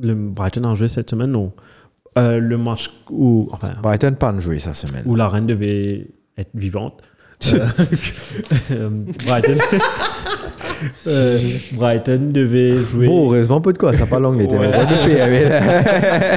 le Brighton a joué cette semaine, non. Le match où... Enfin, Brighton pas joué cette semaine. Où la reine devait être vivante. Brighton... Brighton devait jouer... Bon, heureusement, pas de quoi, ça pas long, il était Ouais. pas de fait.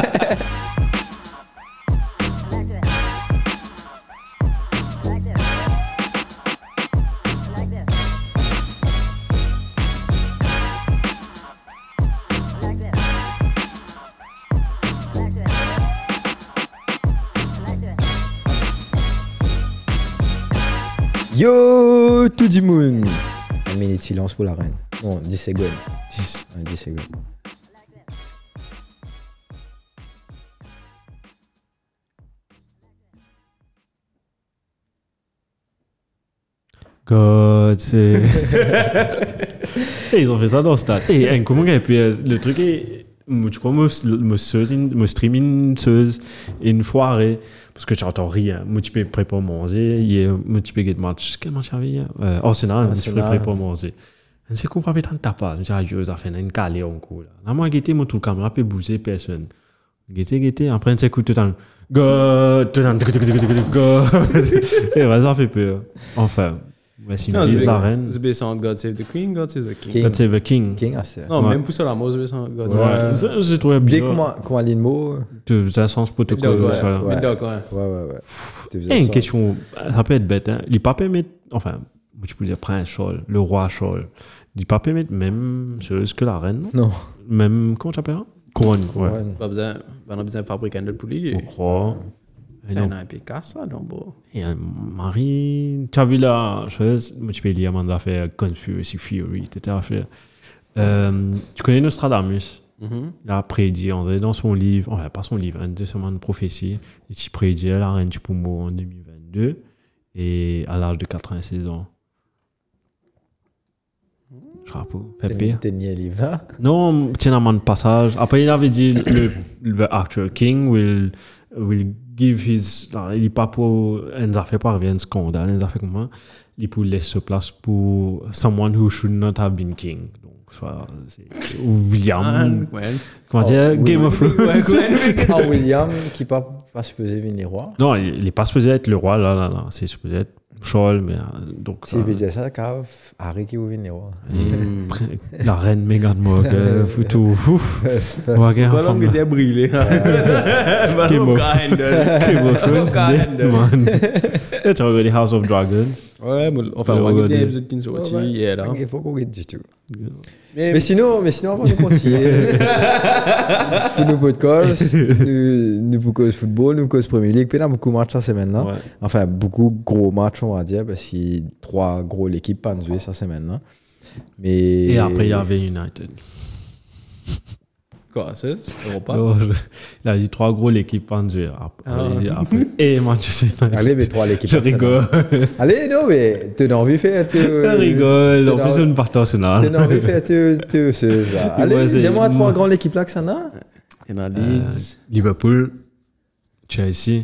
Yo, tout du monde. Un minute de silence pour la reine. Non, 10 secondes. 10. 10 secondes. God, c'est... Ils ont fait ça dans le stade. Et comment le truc est... Tu crois, moi stream une seuse une foirée parce que tu n'entends rien. Moi, tu peux préparer manger. Moi, tu peux get match. Quel match avait hier? Arsenal, tu peux préparer manger. C'est qu'on va être tapas. Je dis, ça fait une calée en cours. Là, moi, j'ai mon tout caméra peut bouger personne. J'ai après, on s'écoute tout le temps. God, tout le temps. Et ça fait peur. Enfin. Ouais, c'est une arène. C'est basé on God Save the Queen, God Save the King. God Save the King. King, c'est. Non, Ouais. même pour ça, la mot, c'est basé on God Save the King. Ouais, c'est toi Dès bien. comment lit le mot. C'est un sens protocole. Ouais. D'accord, Ouais. Et une question, ça peut être bête. Hein. Il ne pas permettre, enfin, tu peux dire Prince Charles, le roi Charles, il ne pas permettre même ce que la reine, non? Non. Même, comment tu appelles ça? Couronne, ouais. on a besoin de fabriquer un autre poulet. Je crois. T'as un PK, ça, non, bon. Et Marie, tu as vu la chose, moi tu peux lire mon affaire Conspiracy Theory, etc. Tu connais Nostradamus? Il a prédit, on dirait dans son livre, enfin pas son livre, un de son de prophétie, il prédit la reine du Poumon en 2022 et à l'âge de 86 ans. Chapeau, fait pire. T'es nié livre là. Non, tiens un passage. Après, il avait dit le actual king will give his. Il n'est pas pour. Il n'a fait pas un scandale, il n'a fait comment? Il pour laisser place pour someone who should not have been king. Donc, soit c'est William. Comment dire? Game of Thrones. William qui pas supposé venir roi. Non, il n'est pas supposé être le roi, là. C'est supposé être Charles, mais donc. Si il veut dire ça, car Harry qui veut venir roi. La reine Meghan Markle, tout. Pourquoi l'homme était brûlé? Game of Thrones, man. Tu as regardé House of Dragons? Ouais, enfin, on va regarder l'épisode qui est sorti hier. Il faut qu'on regarde du tout. Mais sinon, avant de continuer, pour nos podcasts, nous pour cause football, nous cause Premier League, puis là, beaucoup de matchs cette semaine-là. Ouais. Enfin, beaucoup gros matchs, on va dire, parce qu'il y a 3 gros l'équipe pas jouer cette semaine-là. Mais... Et après, il y avait United. Quoi, c'est Europa? Non, il a dit 3 gros l'équipe pas jouer. Après. Et Manchester United. Allez, mais 3 l'équipe. Je rigole. Allez, non, mais tu as envie de faire... Je rigole. En plus, on part Arsenal. Tu as envie de faire ça. Allez, dis-moi 3 grandes équipes là que ça n'a. Il y en a Leeds. Liverpool, Chelsea,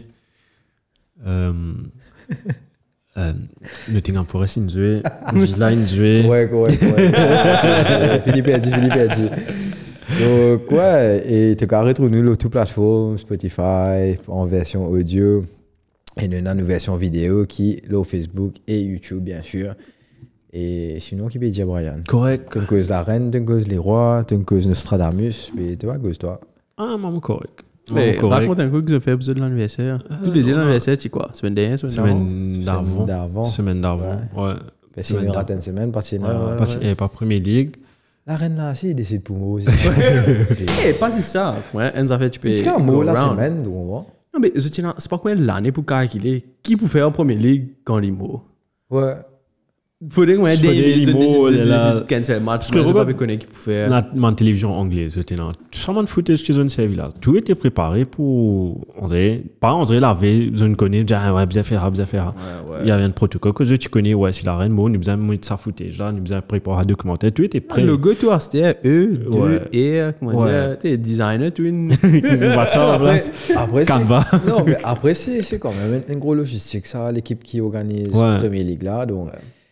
Nottingham Forest, Villa, Ouais. Philippe a dit. Donc, ouais, et tu peux retrouver nous sur toutes les plateformes, Spotify, en version audio, et nous avons une version vidéo qui est sur Facebook et YouTube, bien sûr. Et sinon, qui peut dire, Brian? Correct. Tu as une cause la reine, tu as une cause les rois, tu as une cause Nostradamus, mais tu vois, cause toi. Ah, maman, correct. Mais raconte un coup que vous avez fait épisode de l'anniversaire. Tous les deux l'anniversaire, tu quoi? Semaine dernière, Semaine d'avant. Ouais. C'est une ratée de semaine, parce qu'il n'y avait pas Premier League. La reine là, c'est des pour moi aussi. Eh, pas c'est ça. Ouais, en fait, tu peux. C'est un mot la semaine, donc on voit. Non, mais c'est pas quoi l'année pour calculer qui peut faire en Premier League quand les mots. Ouais. Faudrait qu'on ait des mots de cancel match. Parce que je ne connais qui peut faire. La télévision anglaise, c'était là. Tout ça, de footage qu'ils ont servi là. Tout était préparé pour. On dirait la veille, je ne connais, ouais, bien faire. Il y avait un protocole que tu connais, ouais, si la reine, bon, nous besoin de ça footage là, nous besoin de préparer un documentaire, tout était prêt. Le go, toi, c'était E, 2, R, comment dire, t'es designer, tu Après, Canva. Non, mais après, c'est quand même une grosse logistique, ça, l'équipe qui organise la Premier League là, donc.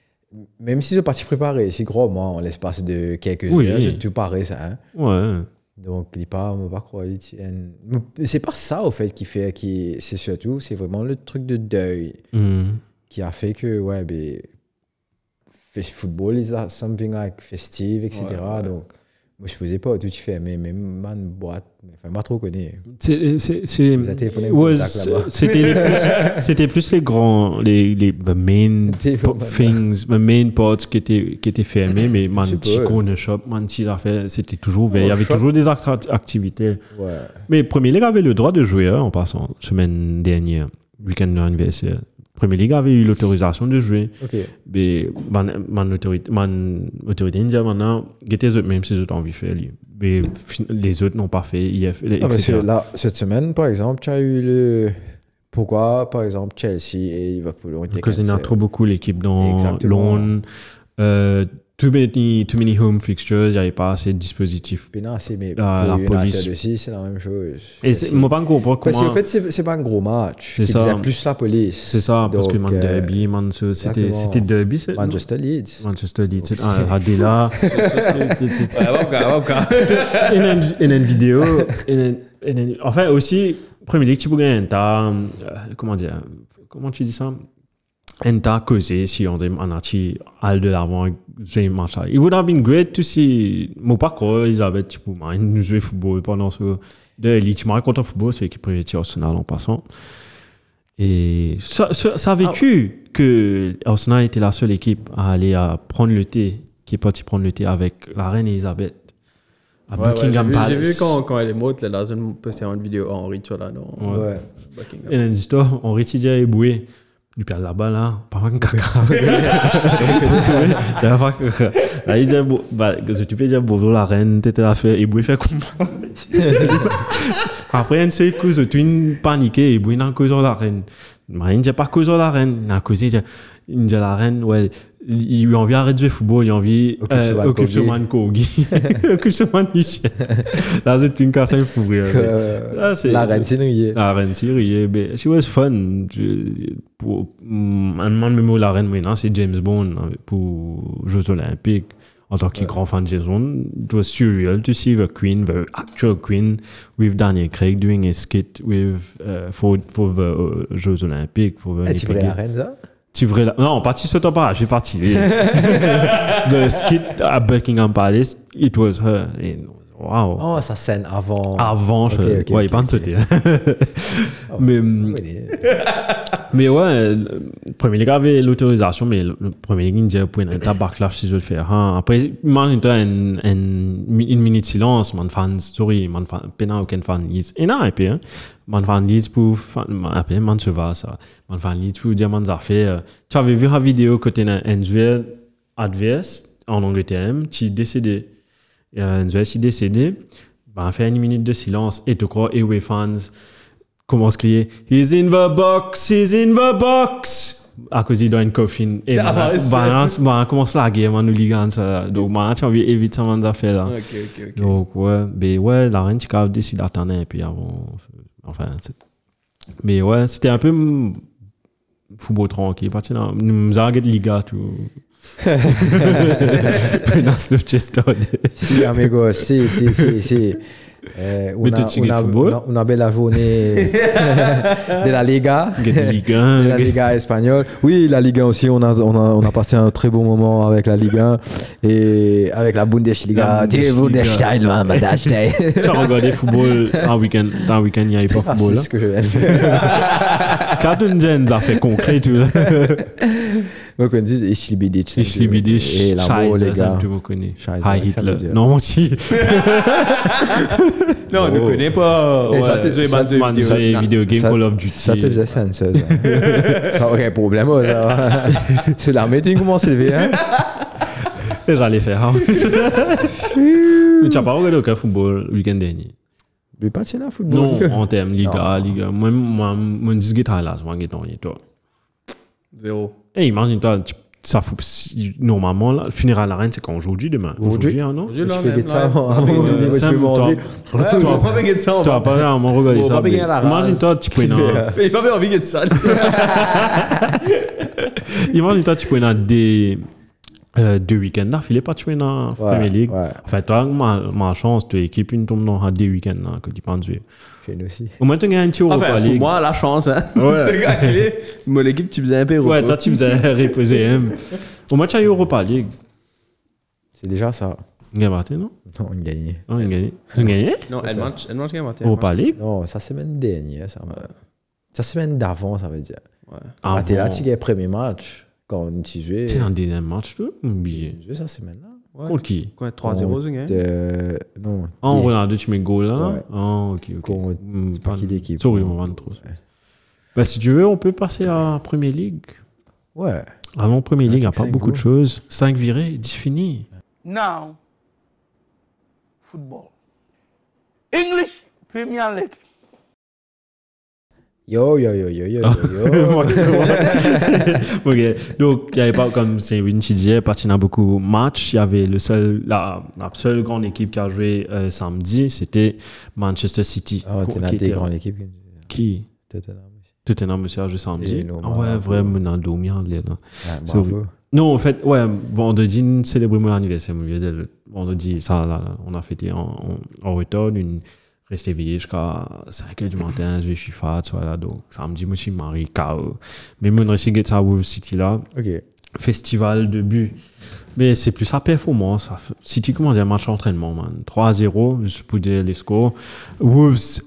Même si je parti préparé, c'est gros, moi, en l'espace de quelques heures, c'est tout pareil, ça. Hein. Ouais. Donc, il pas, on va pas croire. C'est pas ça, au fait, c'est surtout, c'est vraiment le truc de deuil qui a fait que, ouais, ben, football is something like festive, etc. Ouais. Donc, moi, je faisais pas tout tu fais, mais man, boîte, enfin, pas trop connu. C'était plus les grands, the main things, the main parts qui étaient fermés, mais man, petit corner shop, man, petit affaire, c'était toujours ouvert. Il y avait toujours des activités. Ouais. Mais Premier League avait le droit de jouer, en passant, semaine dernière, week-end de l'anniversaire. Premier League avait eu l'autorisation de jouer. Okay. Mais mon autorité indienne maintenant, même si j'ai envie de faire. Mais les autres n'ont pas fait. Etc. Là, cette semaine, par exemple, tu as eu le. Pourquoi, par exemple, Chelsea et Liverpool ont été. Parce qu'il y en a trop beaucoup l'équipe dans Londres. Too many home fixtures, il n'y avait pas assez de dispositifs. Mais non, la police aussi, c'est la même chose. Et moi, pas comprends comment. Parce qu'en fait, c'est pas un gros match. C'est ça. C'est plus la police. C'est ça, parce que Man Derby, c'était Derby. Manchester Leeds. Adela. Et une vidéo. Enfin, aussi, Premier League, tu peux gagner. Comment dire? Comment tu dis ça? And t'as causé si on a tiré al de l'avant j'ai marché. It would have been great to see mon parcours Elisabeth tu peux nous jouer football pendant ce de l'élite marque contre football c'est l'équipe prévue Arsenal en passant et savais-tu que Arsenal était la seule équipe à aller à prendre le thé qui est partie prendre le thé avec la reine Elisabeth à Buckingham Palace. J'ai vu quand elle est morte là dans une vidéo Henri tu vois là non ouais. Et une histoire Henri Tidia est boué. Du père là-bas, là, pas un caca. Là, il dit, tu peux dire, bonjour la reine, t'étais à faire, et il fait comment? Après, il s'est causé, tu es paniqué, et il n'a causé la reine. Mais il ne dit pas causé la reine, il a causé, il dit la reine, ouais, il a envie d'arrêter de jouer football, il a envie d'occuper ce man Kogi, occuper ce man Michel. Là, c'est une casse à fourrer. La reine Syrie. La reine Syrie, mais she was fun. Pour un man même la reine maintenant, c'est James Bond pour Jeux Olympiques. En tant que grand fan de James Bond, it was surreal to see the Queen, the actual Queen, with Daniel Craig doing a skit for the Jeux Olympiques. Tu voulais la reine, ça? Tu voulais la... Non, parti ce temps pas, j'ai parti. The skit à Buckingham Palace, it was her. Wow. Oh, sa scène avant. Ouais, il pense sauter. Mais ouais, le Premier League avait l'autorisation, mais le Premier League, il disait, pour un backlash si je le fais. Après, une minute de silence, man fans, sorry, man fan, pena aucun fan Leeds. Et non, et puis, man fan Leeds pour, après, man se va, ça. Man fan Leeds pour dire, man, ça fait, tu avais vu la vidéo côté un joueur adverse en Angleterre, qui est décédé. Un joueur qui est décédé, on fait une minute de silence, et tu crois, et les fans, commence à crier He's in the box, he's in the box à cause il doit une coffin et on commence la guerre man nous ligan ça donc moi tu as envie éviter ça man affaire là okay. Donc ouais la reine tu as décidé d'attendre et puis avant enfin mais ouais c'était un peu football tranquille parce que nous avons gagné Liga tout dans le Chester si amigo si on a belle journée de la Liga, de la Liga espagnole. Oui, la Liga aussi, on a passé un très bon moment avec la Liga et avec la Bundesliga. Tu as regardé football un week-end, il n'y avait pas football. C'est ce que je viens de faire. Carton a fait concret, tu vois. Donc on dit Ischlibidic. Et l'amour, les gars. Tu me connais. Hi Hitler. Non, tu. Non, on ne connaît pas. Ça te faisait vidéo game Call of Duty. Ça te faisait sens. Aucun problème. C'est l'armée, tu commences à lever. J'allais faire. Mais tu n'as pas regardé aucun football le week-end dernier? Mais pas de football. Non, en termes Liga. Moi, je dis que tu as là, toi. 0. Et imagine-toi, ça fout. Normalement, le funérail à la reine, c'est quand aujourd'hui, demain. Aujourd'hui, non? Je peux ça. Tu vas pas vraiment regarder ça. Imagine-toi, tu peux. Il pas envie de ça. Imagine-toi, tu peux des 2 week-ends là, il est pas tué dans la Premier League. Ouais, Enfin, toi, ma chance, tu équipe une tombe dans 2 week-ends là, que tu penses jouer. chez nous aussi. Au moins, tu as un petit Europa Enfin, pour League. moi, la chance, hein. Ouais. C'est gars qu'il est. Moi, l'équipe, tu faisais un peu Ouais, toi, tu faisais reposer. Au moins, tu as eu Europa League. C'est déjà ça. Il a battu, non? Non, on gagne. Non, il a gagné. Ils ont gagné? Non, elle mange quand même. Europa League? Non, ça semaine dernière, ça va. Ça semaine d'avant, ça veut dire. Ouais. Ah, t'es là, Avant. tu gagnes le premier match. Quand tu jouais. C'est dans le deuxième match, tu oublié. Tu jouais ça semaine-là. Contre qui? Quoi, 3-0, c'est gagné? Non. Ah, en Ronaldo, tu mets goal là? Ouais. Ah, ok, ok. Contre- c'est pas qui d'équipe. Sorry, on va trop. Bah, si tu veux, on peut passer à Premier League. Ouais. Allons, Premier League, il n'y a check pas cinq beaucoup de goals. choses. 5 virés, 10 finis. Now, football. English Premier League. Yo. Ok, donc il n'y avait pas, comme c'est Vinci disait, pas qu'il y en a beaucoup de matchs. Il y avait la seule grande équipe qui a joué samedi, c'était Manchester City. Ah, t'es dans Qui tes était- grandes équipes. Qui Tottenham. Tottenham, monsieur, a joué samedi. Et nous, Ah ouais, bravo. vraiment, on a dormi, là. Ah, Sorry. bravo. Non, en fait, ouais, vendredi, nous célébrons mon anniversaire. Vendredi, ça, là, on a fêté en retour, rester éveillé jusqu'à 5h du matin, jouer FIFA, tu vois, là. Donc, samedi, moi, je suis marié, KO. Mais mon récit, c'est à Wolves City, là. Ok. Festival de buts. Mais c'est plus sa performance. City commence un match d'entraînement, man. 3-0, juste pour dire les scores. Wolves,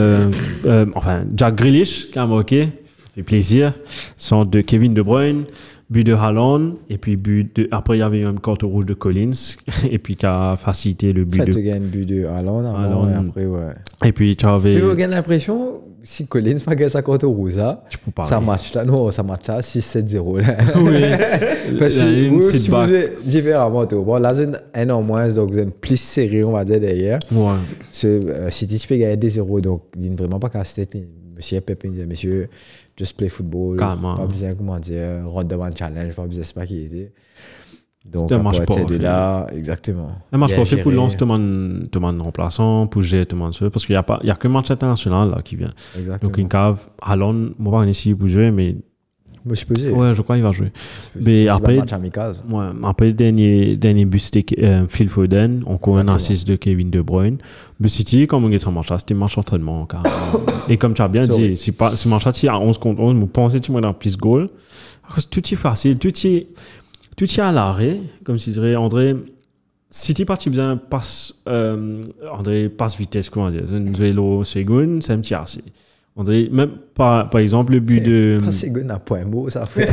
enfin, Jack Grealish qui a marqué, ça fait plaisir. Sont de Kevin De Bruyne, but de Haaland, et puis après il y avait eu un carton rouge de Collins, et puis qui a facilité le En but fait, tu de. gagnes but de Haaland avant Haaland. et après, ouais. Et puis tu avais. Mais on gagne l'impression, si Collins pas gagné sa carte rouge, ça, Tu peux parler. ça match là, non, ça match là, 6-7-0 là. Oui. Parce La ligne, que vous, c'est si back. vous jouez différemment, tu vois. Bon, là, c'est un an moins, donc vous êtes plus serré, on va dire, derrière. Ouais. City, tu peux gagner 2-0, donc il n'est vraiment pas casse-tête. Monsieur Pep, il dit, monsieur, just play football. Calmement. Pas besoin, comment dire, Rodman challenge, pas besoin, c'est pas qui était. Donc, C'est un à match partir pas de fait. là, exactement. Un match Bien parfait pour géré. lancer tout le monde remplaçant, pour gérer tout le monde seul, parce qu'il n'y a que match international là qui vient. Exactement. Donc, une cave, Haaland, moi, pas ici pour jouer, mais Moi, je peux dire. ouais, je crois qu'il va jouer. Mais C'est pas après- un match amical. ça. Ouais, après, le dernier but, c'était Phil Foden, encore un Exactement. assist de Kevin De Bruyne. Mais City, comme on est sur match là, c'était un match d'entraînement. Et comme tu as bien Sorry. dit, si ce match là, si à 11 contre 11, vous pensez que tu vas dans plus de goal. Parce que tout est facile, tout est à l'arrêt, comme je dirais, André. City parti bien passe, André passe vitesse, comment dire, un vélo seconde, c'est un petit assez. André, même par exemple, le but de. Pas si good, n'a point mot, ça fait.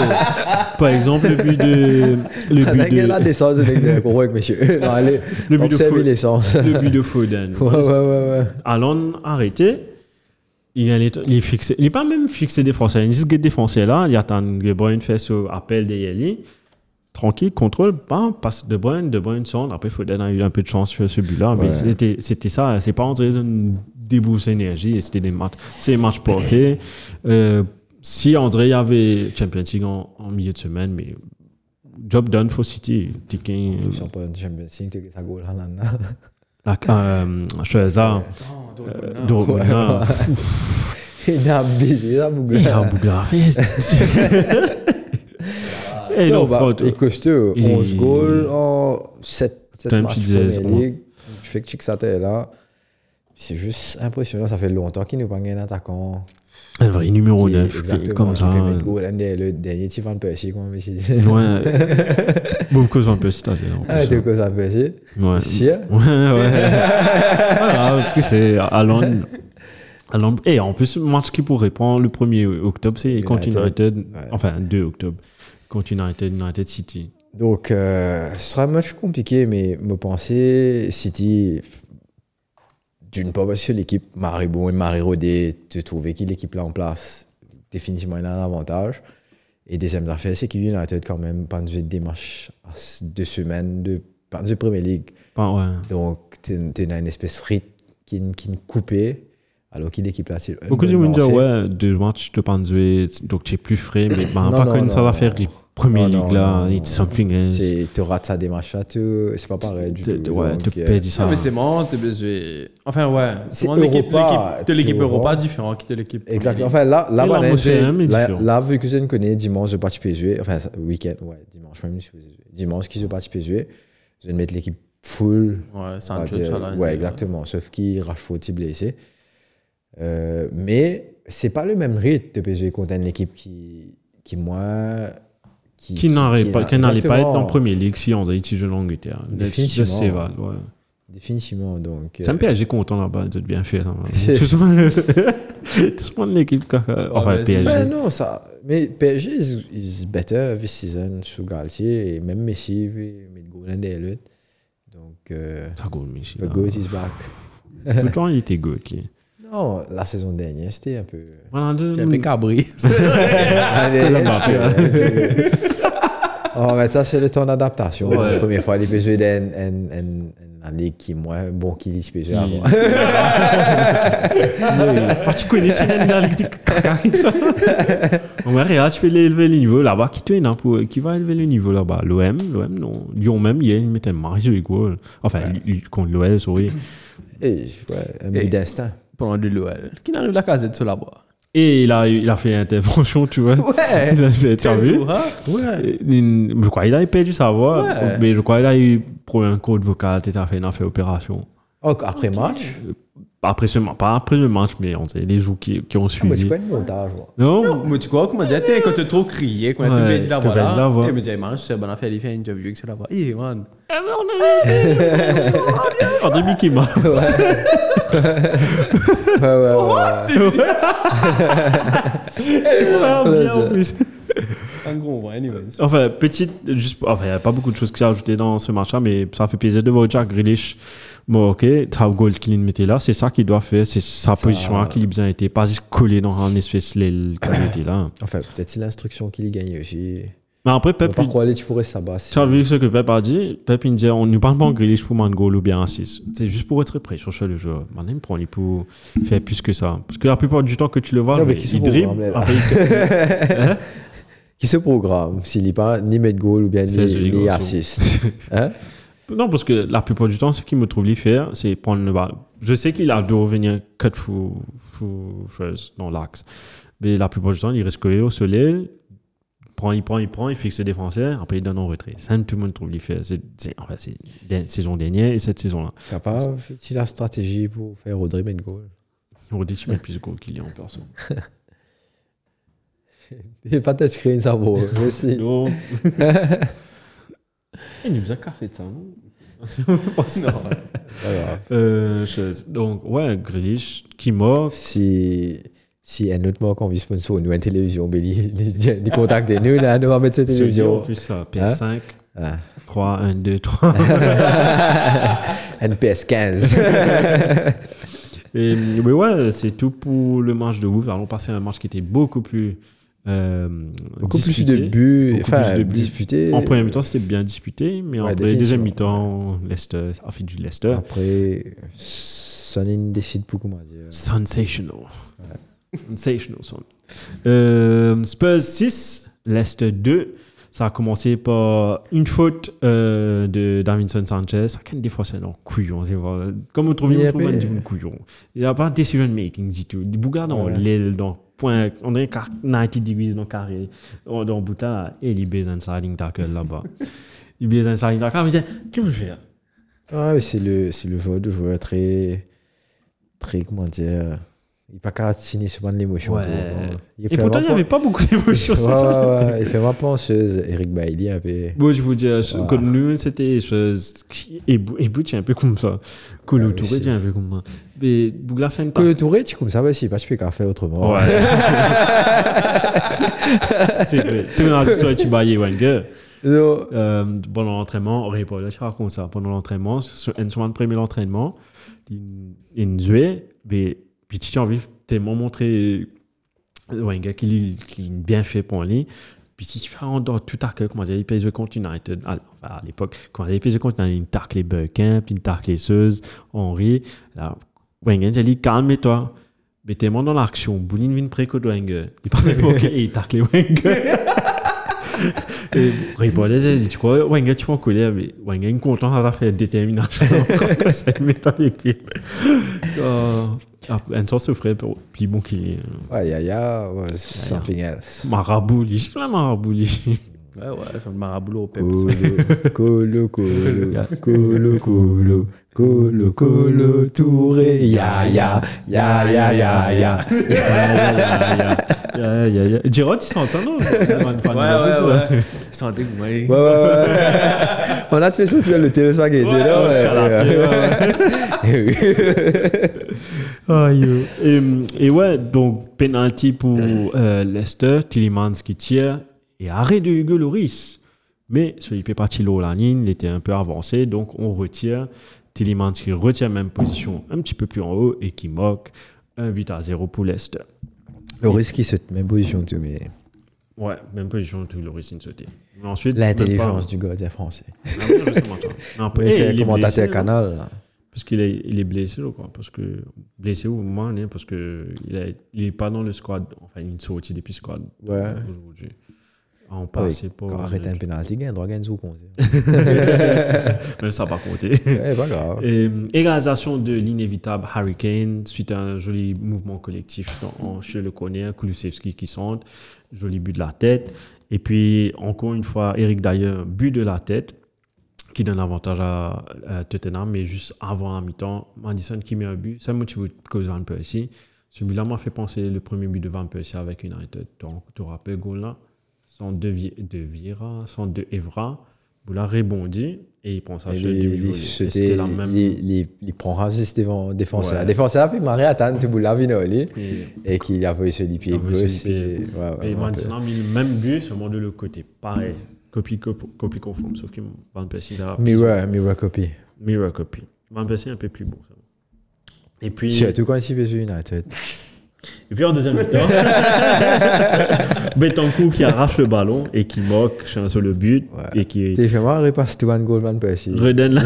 Par exemple, le but de. Le Avec but la de. descente avec monsieur. Non, allez, Le but de observez Foden. l'essence. Le but de Foden. Ouais. Allons arrêté. Il fixé. Il n'est pas même fixé des Français. Il dit que des Français là. Il attend que De Bruyne fait ce appel de Yeli. Tranquille, contrôle, bam, passe De Bruyne sonne. Après, Foden a eu un peu de chance sur ce but-là. Mais Ouais. c'était ça. C'est pas en raison débourser énergie. C'était des matchs. C'est des matchs parfaits. Si André avait Champions League en milieu de semaine, mais job done for City. Ticking. Ils sont pas en Champions League, tu as goal là. Cheza. Dortmund. Il a baisé, ça, Bougla. Il a bouglé. Et non, Il est costaud. Il est- 11 goals en 7 Comme matchs tu disais, Premier League. Tu fais que Chick est là. C'est juste impressionnant. Ça fait longtemps qu'il nous pas gagné un attaquant. un vrai numéro qui est 9. Exactement. Comme Qui ça. peut mettre goal. Le dernier, tu Van Persie, comme on dit. Ouais. Beaucoup de peu c'est Ah, tu vois, Van Persie. Ouais. Sûr? Ouais. Voilà, puis c'est Allende. Et en plus, le match qui pourrait prendre le 1er octobre, c'est contre United. Ouais. Enfin, 2 octobre. Contre United City. Donc, ce sera un match compliqué, mais me penser, City, d'une part, parce que l'équipe Maribon et Marie-Rodé, tu trouvais que l'équipe là en place, définitivement, il a un avantage. Et deuxième affaire, c'est qu'il United, quand même, pendant des matchs 2 semaines, pendant la Premier League. Ouais. Donc, tu as une espèce de rythme qui est coupé. Alors qu'il équipe là, c'est Beaucoup de gens disent, ouais, 2 matchs, tu peux jouer, donc tu es plus frais, mais ben, Non, pas non, comme ça non, va faire les Premier non, League là, non, it's something else. tu rates ça des matchs là, c'est pas pareil du tout. Ouais, donc, tu peux dire ça. Ah, mais c'est marrant, t'es besoin. Enfin, ouais. C'est vraiment Europa, l'équipe tu Europa vois. différent qui de l'équipe. Exactement. Premier Enfin, là, Et voilà, l'atmosphère est là, différente. là, vu que je ne connais dimanche, je ne pas jouer. Enfin, week-end, ouais, dimanche, même si dimanche, qui ne pas jouer, je vais mettre l'équipe full. League. Ouais, on va Sancho, dire. ça là. Ouais, exactement. Sauf qui Rashford est blessé. Mais c'est pas le même rythme de PSG contre une équipe qui moi. Qui n'allait pas être en exactement. Premier League si on a été en Angleterre. Définitivement. Je sais, ouais. Définitivement. Donc, C'est un PSG content là-bas d'être bien fait. Là. Tout le monde l'équipe caca. Enfin, mais PSG. ben non, ça. Mais PSG is better this season sous Galtier et même Messi, met le goal and the donc, Ça goal, Messi. the goat is back. Tout le temps, il était good. Lui. Non, la saison dernière, c'était un peu. Voilà, J'ai un peu cabri. Allez, oh, mais ça, c'est le temps d'adaptation. Ouais. La première fois, les PSG d'une ligue qui est moins bon qu'il y PSG avant. Tu connais, tu viens dans les caca comme ça. On va regarder, tu fais élever le niveau là-bas. Qui va élever le niveau là-bas? L'OM, non. Lyon même, hier, il mettait un marge de goal. Enfin, contre l'OL, sorry. Et, ouais, un but d'instinct. Pendant de l'OL. Qui n'arrive la casette sur là-bas. Et il a fait intervention, tu vois. Ouais. Il a fait, tu as vu? Ouais. Je crois qu'il a perdu sa voix. Ouais. Mais je crois qu'il a eu problème code vocal. Tu as fait une opération. Oh, après match? Pas après le match, mais on sait, les jours qui ont Ah, mais c'est suivi. pas une montage. Ouais. Non, Mais tu crois comment dire, quand tu trop crié, quand tu Ouais, dis la tu voix baisses la là. voix. Et me dit, Marie, c'est bon affaire, il fait une interview avec la voix. Eh, man. on dit Mickey Mouse. Ouais. Bien en plus. Un gros, ouais, anyways. Enfin, il n'y a pas beaucoup de choses qui sont ajoutées dans ce match-là, mais ça fait plaisir de voir Jack Grealish. Bon, ok, t'as le goal qu'il mettait là, c'est ça qu'il doit faire, c'est sa position qu'il a besoin d'être, pas juste collé dans un espèce l'aile qu'il était là. Enfin, peut-être c'est l'instruction qu'il y gagne aussi. Mais après, Pep, Pep, par quoi aller, tu pourrais s'abattre. tu as vu ce que Pep a dit? Pep, il dit, on ne parle pas en Grealish pour man goal ou bien un 6. C'est juste pour être prêt sur le jeu. Maintenant, il prend les pour faire plus que ça. Parce que la plupart du temps que tu le vois, Non, mais qui il dribble. Qui se programme s'il n'est pas ni mettre goal ou bien ni assist. Hein? Non, parce que la plupart du temps, ce qu'il me trouve lui faire, c'est prendre le ballon. Je sais qu'il a dû revenir 4 choses dans l'axe. Mais la plupart du temps, il reste collé au soleil. Il prend, il fixe le défenseur, après il donne en retrait. Ça, tout le monde trouve lui faire. C'est la saison dernière et cette saison-là. Capable, c'est la stratégie pour faire Rodri mettre goal. On redit tu mets plus de goal qu'il y a en personne. Il pas de créer une cerveau. Merci. Non. Il nous a café de ça, non? Donc, ouais, Grealish qui mord. Si un autre mois qu'on vit sponsor nous une télévision, les contacts de nous, là, nous va mettre cette En télévision. plus, ça, PS5, Ah. 3, 1, 2, 3. NPS 15. Et, mais ouais, c'est tout pour le match de Wolves. Allons passer à un match qui était beaucoup plus. Beaucoup disputé, plus de buts, beaucoup enfin, plus de buts. disputés. En première mi-temps, c'était bien disputé, mais Ouais, en deuxième définitivement. mi-temps, Leicester a fait du Leicester. Après, Sonin décide pour comment dire. Sensational. Sensational, son. Spurs 6, Leicester 2. Ça a commencé par une faute de Davinson Sanchez. Ça, quand des fois, c'est un couillon. Comme vous trouvez, on trouve un couillon. Il n'y a pas de decision making du tout. Il bouge dans l'aile, dans point. On dirait que 90 degrees dans le carré. Dans le bouton, et il baise un sliding tackle là-bas. Il baise un sliding tackle. Il dit, qu'est-ce que je fais? Ah, c'est le joueur de joueur très, comment dire. Il n'est pas capable de signer souvent de l'émotion. Ouais. Il Et pourtant, il n'y avait pas beaucoup d'émotions. Ouais, il fait ma penseuse. Eric Bailly un peu. Bon, je vous dis, comme nous, c'était chose. Et Bout, c'est un peu comme ça. Colo Touré, c'est un peu comme ça. Mais Bougla fait une part. Colo Touré, tu comme ça, si pas, tu peux qu'à faire autrement. Ouais. C'est vrai. Tu as l'histoire tu bailles Wenger. Pendant l'entraînement, on répond là, je raconte ça. Pendant l'entraînement, sur un premier entraînement, il jouait, mais puis tu as envie de tellement montrer Wenger qu'il est bien fait pour lui. Puis si tu fais en dehors tout à l'heure, comment dire, il peut jouer contre United. À l'époque, comment dire, il peut jouer contre United, il tacle les Burkamp, il tacle les Seuses, Henry. Là, Wenger, il dit calme-toi. Mais tellement dans l'action, Boulin vient préco de Wenger. Il parle de et il tacle Wenger. Et répondez, il dit, tu crois, Wenger, tu vas en colère, mais Wenger est content, ça fait détermination. Ça lui met dans l'équipe. Un sens souffrait plus bon qu'il est. Ouais, Yaya was something else. Marabout, je suis marabout. Ouais, c'est un maraboulot au pep. Colo, Touré, ya. Gérard, tu sens ça, non? Ouais. Sentez que moi. Ouais. On a fait sortir le télé spaghetti, Et ouais, donc penalty pour Leicester, Tielemans qui tire et arrêt de Hugo Lloris. Mais celui qui est parti l'eau la ligne, il était un peu avancé, donc on retire. Tielemans qui retient même position un petit peu plus en haut et qui moque 1-0 pour Leicester. Le risque qui se même position tout, mais Ouais, même position tout Lloris il sautait. Mais ensuite l'intelligence du gardien français. Mais Il fait commentateur canal là. Parce qu'il est blessé, je crois. Parce que blessé au moment, parce que il est pas dans le squad. Enfin, il est sorti depuis le squad aujourd'hui. On passe pas. Quand arrête un penalty, il y a un droit à gagner sous conseil. Même ça n'a pas compté. Ouais, pas grave. Égalisation de l'inévitable Harry Kane suite à un joli mouvement collectif chez le corner, Kulusevski qui centre, joli but de la tête. Et puis, encore une fois, Eric Dyer, but de la tête qui donne avantage à Tottenham, mais juste avant la mi-temps, Maddison qui met un but. C'est un motif que Van Persie. Ce but-là m'a fait penser le premier but de Van Persie avec United. Tu te rappelles, goal là? Sans de Vieira, sans de Evra. Boula rebondit et il prend ça sur le demi-volée. C'était la même. Il prend raciste devant le défenseur. Le défenseur a fait marrer à Tan, tu Boula Vinoli, et qu'il a volé sur les pieds gauche. Et maintenant, il a le même but, seulement de l'autre côté. Pareil. Copie conforme, sauf que Van Persie là. Mirror copy. Mirror copy. Van Persie un peu plus bon. Ça. Et puis. Surtout quand il s'y fait sur United. Et puis en deuxième mi-temps, Betancourt qui arrache le ballon et qui moque sur le but. Ouais. Et qui. T'es fait marrer parce que tu vas un goal Van Persie. Redonne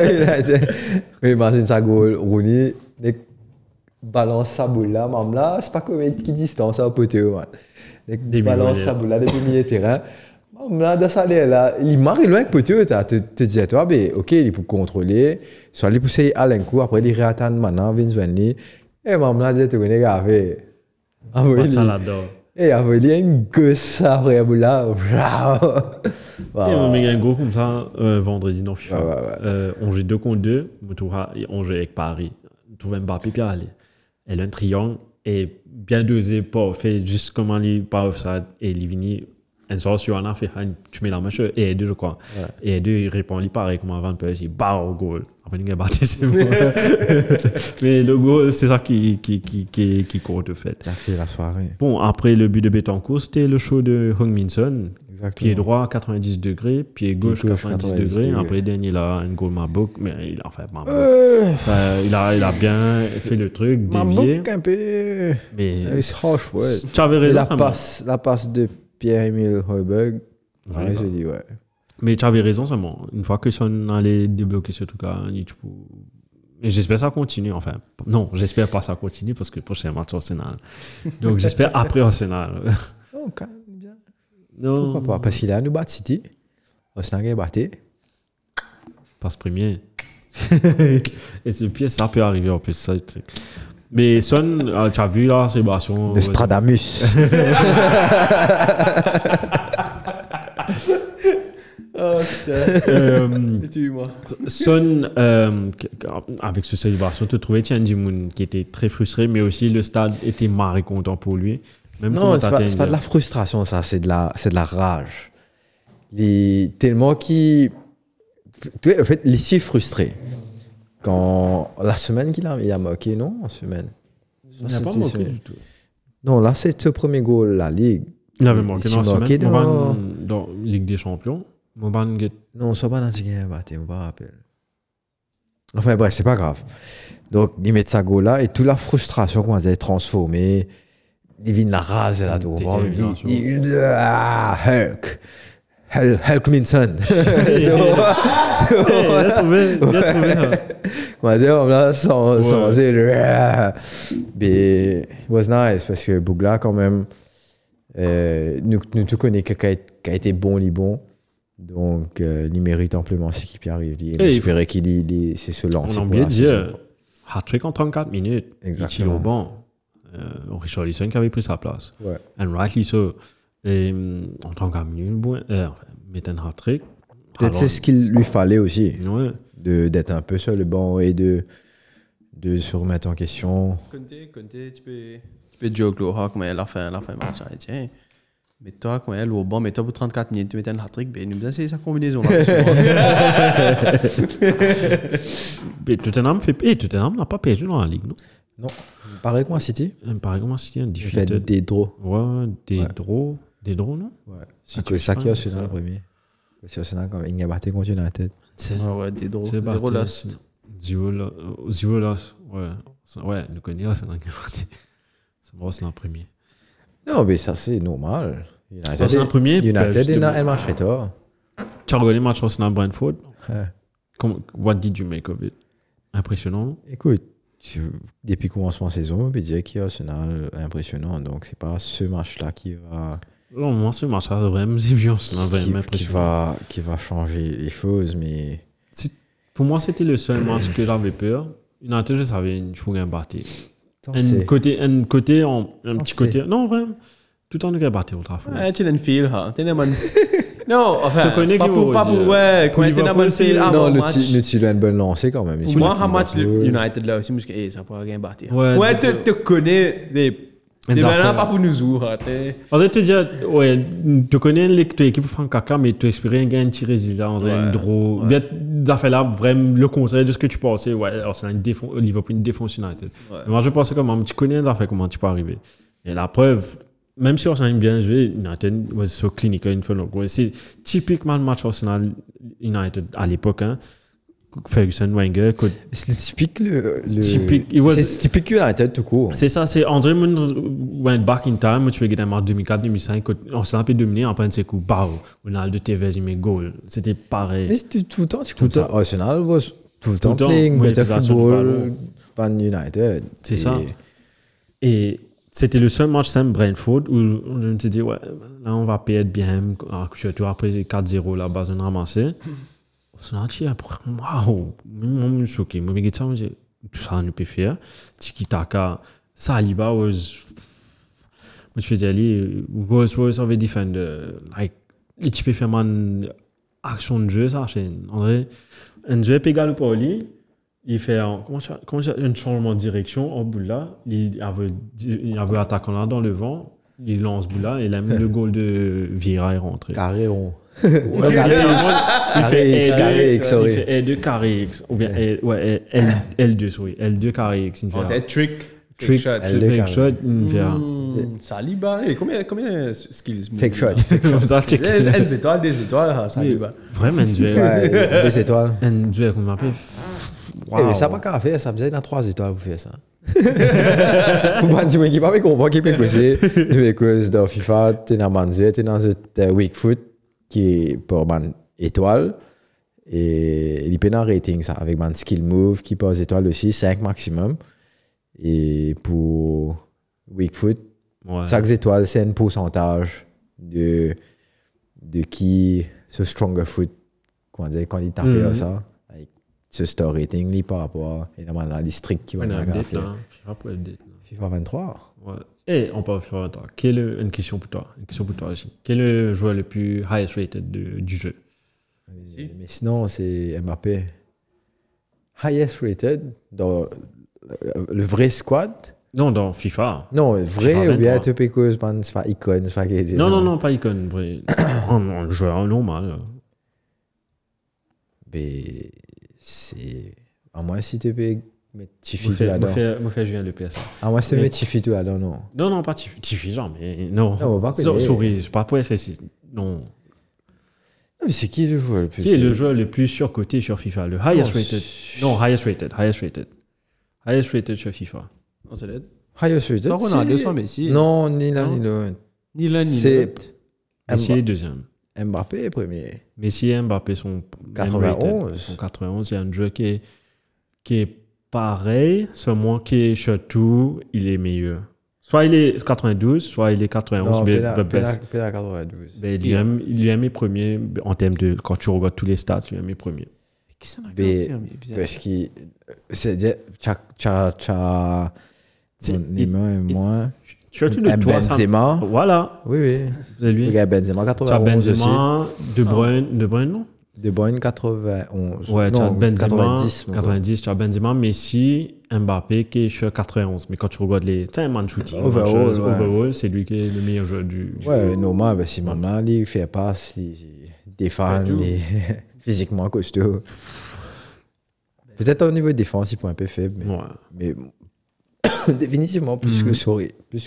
la. Imagine ça goal. Rooney balance sa boule là, même là, c'est pas comme qui distance à poteau. Balance sa boule là depuis le milieu de terrain. Là, dans ça, là, il marque loin que poteau, te dis à toi, ok, il est pour contrôler, soit il pousse à l'encoup, après il réattend maintenant, Vincenzo, et même là, tu connais qu'à faire. Ça l'adore. Et après, il y a une gosse après, là, Et on met un go comme ça, vendredi dans FIFA. Ouais. On joue 2 contre 2, on joue avec Paris. On trouve Mbappé, puis elle a un triangle, et bien dosé, pas fait juste comment il pas offside, et il finit. Un soir sur un fait tu mets la main et deux je crois et deux il répond il pareil comme avant peut il barre au goal après il a battu c'est bon mais le goal c'est ça qui compte au fait ça fait la soirée bon après le but de Betancourt c'était le show de Heung-min Son pied droit 90 degrés pied gauche 90 degrés après dernier là un goal Mabok mais il a fait Mabok il a bien fait le truc dévié Mabok un peu mais il se roche ouais tu avais raison la passe de Pierre-Emile Højbjerg. Ouais, je dis, ouais. Mais tu avais raison seulement. Une fois que Son allait débloquer ce truc-là, et j'espère que ça continue, enfin. Non, j'espère pas que ça continue parce que le prochain match Arsenal. Donc j'espère après Arsenal. Non, quand même bien. Non. Pourquoi pas? Parce qu'il a nous battre City. Arsenal a battu. Passe premier. Et ce pied, ça peut arriver en plus. Ça, mais Son, tu as vu la célébration. Le Stradamus. Oh putain. Tue-moi. Son, avec ce célébration, tu trouvais Tian Ji-moon qui était très frustré, mais aussi le stade était marré content pour lui. Même non, c'est pas de la frustration, ça, c'est de la rage. Tellement qu'il. En fait, il est si frustré. Quand la semaine qu'il a moqué, non? En semaine. Il n'a pas moqué du tout. Non, là, c'est ce premier goal, la Ligue. Il avait moqué dans la semaine. Dans Ligue des Champions. Non, c'est pas dans ce game, on ne me rappelle. Enfin, bref, c'est pas grave. Donc, il met sa goal là et toute la frustration qu'on a transformée, il vient la rase là-dedans. Hulk. Helkminson. Bien trouvé. On va dire, là, sans mais it was nice parce que Bougla, quand même, nous tous connaissons quelqu'un qui a été bon, donc il mérite amplement ce qui arrive. J'espère qu'il c'est ce lancer. On a bien dit, hat-trick en 34 minutes. Exactement. Il est bon. Richarlison qui avait pris sa place. Ouais. And rightly so. Et en 34 minutes, mettre un hat-trick. Peut-être c'est ce qu'il lui fallait aussi, Ouais. d'être un peu sur le banc et de se remettre en question. Conte, tu peux joke le Hawk, mais la fin match, tiens. Mais toi, quand elle au banc, mais toi pour 34 minutes, tu mets un hat-trick, ben nous c'est sa combinaison là. Mais Tottenham n'a pas perdu dans la ligue, non? Non, pareil comme City. Pareil comme City, un Il fait difficile. des draws. Ouais, des draws, non? Ouais. Si C'est ça qui a Arsenal le premier. C'est Arsenal quand il a battu contre United. C'est Ouais, des draws. c'est 0 parti. lost. Zero loss. Ouais, nous connaissons Arsenal qui a battu. C'est bon, c'est le premier. Non, mais ça c'est normal. C'est un premier. United est un match retard. Tu as regardé le match Arsenal-Brentford? Ouais. What did you make of it? Impressionnant, non? Écoute, depuis le commencement de saison, on peut dire qu'il y a Arsenal impressionnant. Donc, c'est pas ce match-là qui va, Non, moi, ce match-là, vraiment, c'est violent, c'est vraiment qui impressionnant. va changer les choses. Mais Pour moi, c'était le seul match que j'avais peur. United, je savais une chose à battre. Un c'est petit côté. Non, vraiment. Tout en nous battre au Trafford. Ouais, tu l'as une feel, hein. T'es man. Non, enfin, Tu connais pas qui pour, vous pas pour, dire. ouais, quand Pour t'es dans Liverpool, une feel avant non, le match. le Tigre a une bonne lancée quand même. Pour moi, un match United là aussi, parce que ça pourrait rien battre. Ouais, tu connais des malins pas pour nous ouvrir. En fait, te dire, ouais, tu connais l'équipe pour faire caca, mais tu espérais un gain de tir résultat, on dirait une draw. Bien, ça fait là vraiment le contraire de ce que tu pensais. Ouais, alors c'est Liverpool, une défense United. Ouais. Mais moi, je pensais comment, tu connais ça fait comment tu peux arriver. Et la preuve, même si Arsenal bien joué, United was so clinical in front of goal. C'est typiquement le match Arsenal United à l'époque, hein. Ferguson, Wenger, C'est typique c'est typique United tout court. c'est ça, c'est André went back in time, tu peux gagner un match 2004-2005, on s'est un peu dominé, après ses coups, Ronaldo, Tevez, il met goal. C'était pareil. Mais c'était tout le temps, Tout le temps. Arsenal was tout le temps temps, playing better manipulation du football ballon. than United. C'est ça. Et c'était le seul match Sam Brentford où on me dit, ouais, là on va perdre bien, surtout après 4-0 la base, on a ramassé. On a dit, waouh, moi je suis choqué. Moi, je me dis, tout ça, on peut faire. Tiki-taka, Saliba was. Moi, je faisais aller, was of a defender. Like, et tu peux faire une action de jeu, ça, c'est André. Un jeu égal ou pas, il fait un changement de direction au bout là. Il avait attaquant là dans le vent. Il lance bout là et là, le goal de Vieira est rentré. Carré rond. Il fait Carré X, sorry. L2 carré X. Ou bien L2, sorry. L2 carré X. C'est trick shot. Fake shot. Saliba, combien skills? Fake shot. Comme ça, check. Des étoiles, Saliba. Vraiment, un duel. Ouais, 2 étoiles. Un duel qu'on m'appelle. Mais ça n'a pas qu'à faire, ça faisait dans 3 étoiles pour faire ça. Pour pas dire qu'il pas comprendre qu'il peut causer. Mais cause dans FIFA, tu es dans Manzue, tu es dans un weak foot qui est pour man étoile. Et il peut dans rating ça, avec man skill move qui passe étoile aussi, 5 maximum. Et pour weak foot, chaque étoile, c'est un pourcentage de qui ce stronger foot, quand il tape à ça. Ce store rating par rapport évidemment à la district qui va update. FIFA 23. Ouais. Et on parle de FIFA 23. Quelle est une question pour toi? Aussi. Quel est le joueur le plus highest rated du jeu? Mais sinon, c'est Mbappé. Highest rated dans le vrai squad? Non, dans FIFA. Non, vrai FIFA ou bien 23. tu peux cause c'est pas icône, c'est pas Non, pas icône. Un joueur normal. Mais c'est à moi si tu peux mettre Tiffy tout Je là-dedans. me fais jouer le PSA. À moi c'est mettre Tiffy tout là-dedans, non. Non, pas Tiffy, genre, mais non. Non, on va pas Souris, je pas pour essayer. Non. Non, mais c'est qui le joueur le plus? Qui est le joueur le plus surcoté sur FIFA? Le highest rated. Non, highest rated. Highest rated sur FIFA. Non, c'est l'aide. Highest rated. Ça, Ronaldo, soit Messi. Non, ni l'un ni l'autre. Ni l'un ni C'est l'autre. Messi est deuxième. Mbappé est premier. Messi et Mbappé sont 91. Sont 91. Il y a un jeu qui est pareil, seulement qui est surtout, il est meilleur. Soit il est 92, soit il est 91. Non, mais Pénal the best. 92. Ben, il est mes premiers en termes de. Quand tu regardes tous les stats, il est mes premiers. Qui ça n'a Mais- pas fait, bizarre. Parce que c'est-à-dire, Neymar et moi. Surtout de toi, ça. Benzema. Voilà, Oui, oui. c'est lui. Regarde Benzema Tu as 91 aussi. Benzema, De Bruyne, non? De Bruyne 91. Ouais, tu as non, Benzema, 90. mon gars. 90, tu as Benzema, Messi, Mbappé qui est sur 91. Mais quand tu regardes les. Tu sais, un man shooting, Overall, ouais. overall, c'est lui qui est le meilleur joueur du Ouais, jeu. normal, ben, si maintenant, il fait passe, il défend, tout. il est physiquement costaud. Peut-être au niveau de défense, il est un peu faible, Ouais. mais définitivement plus que plus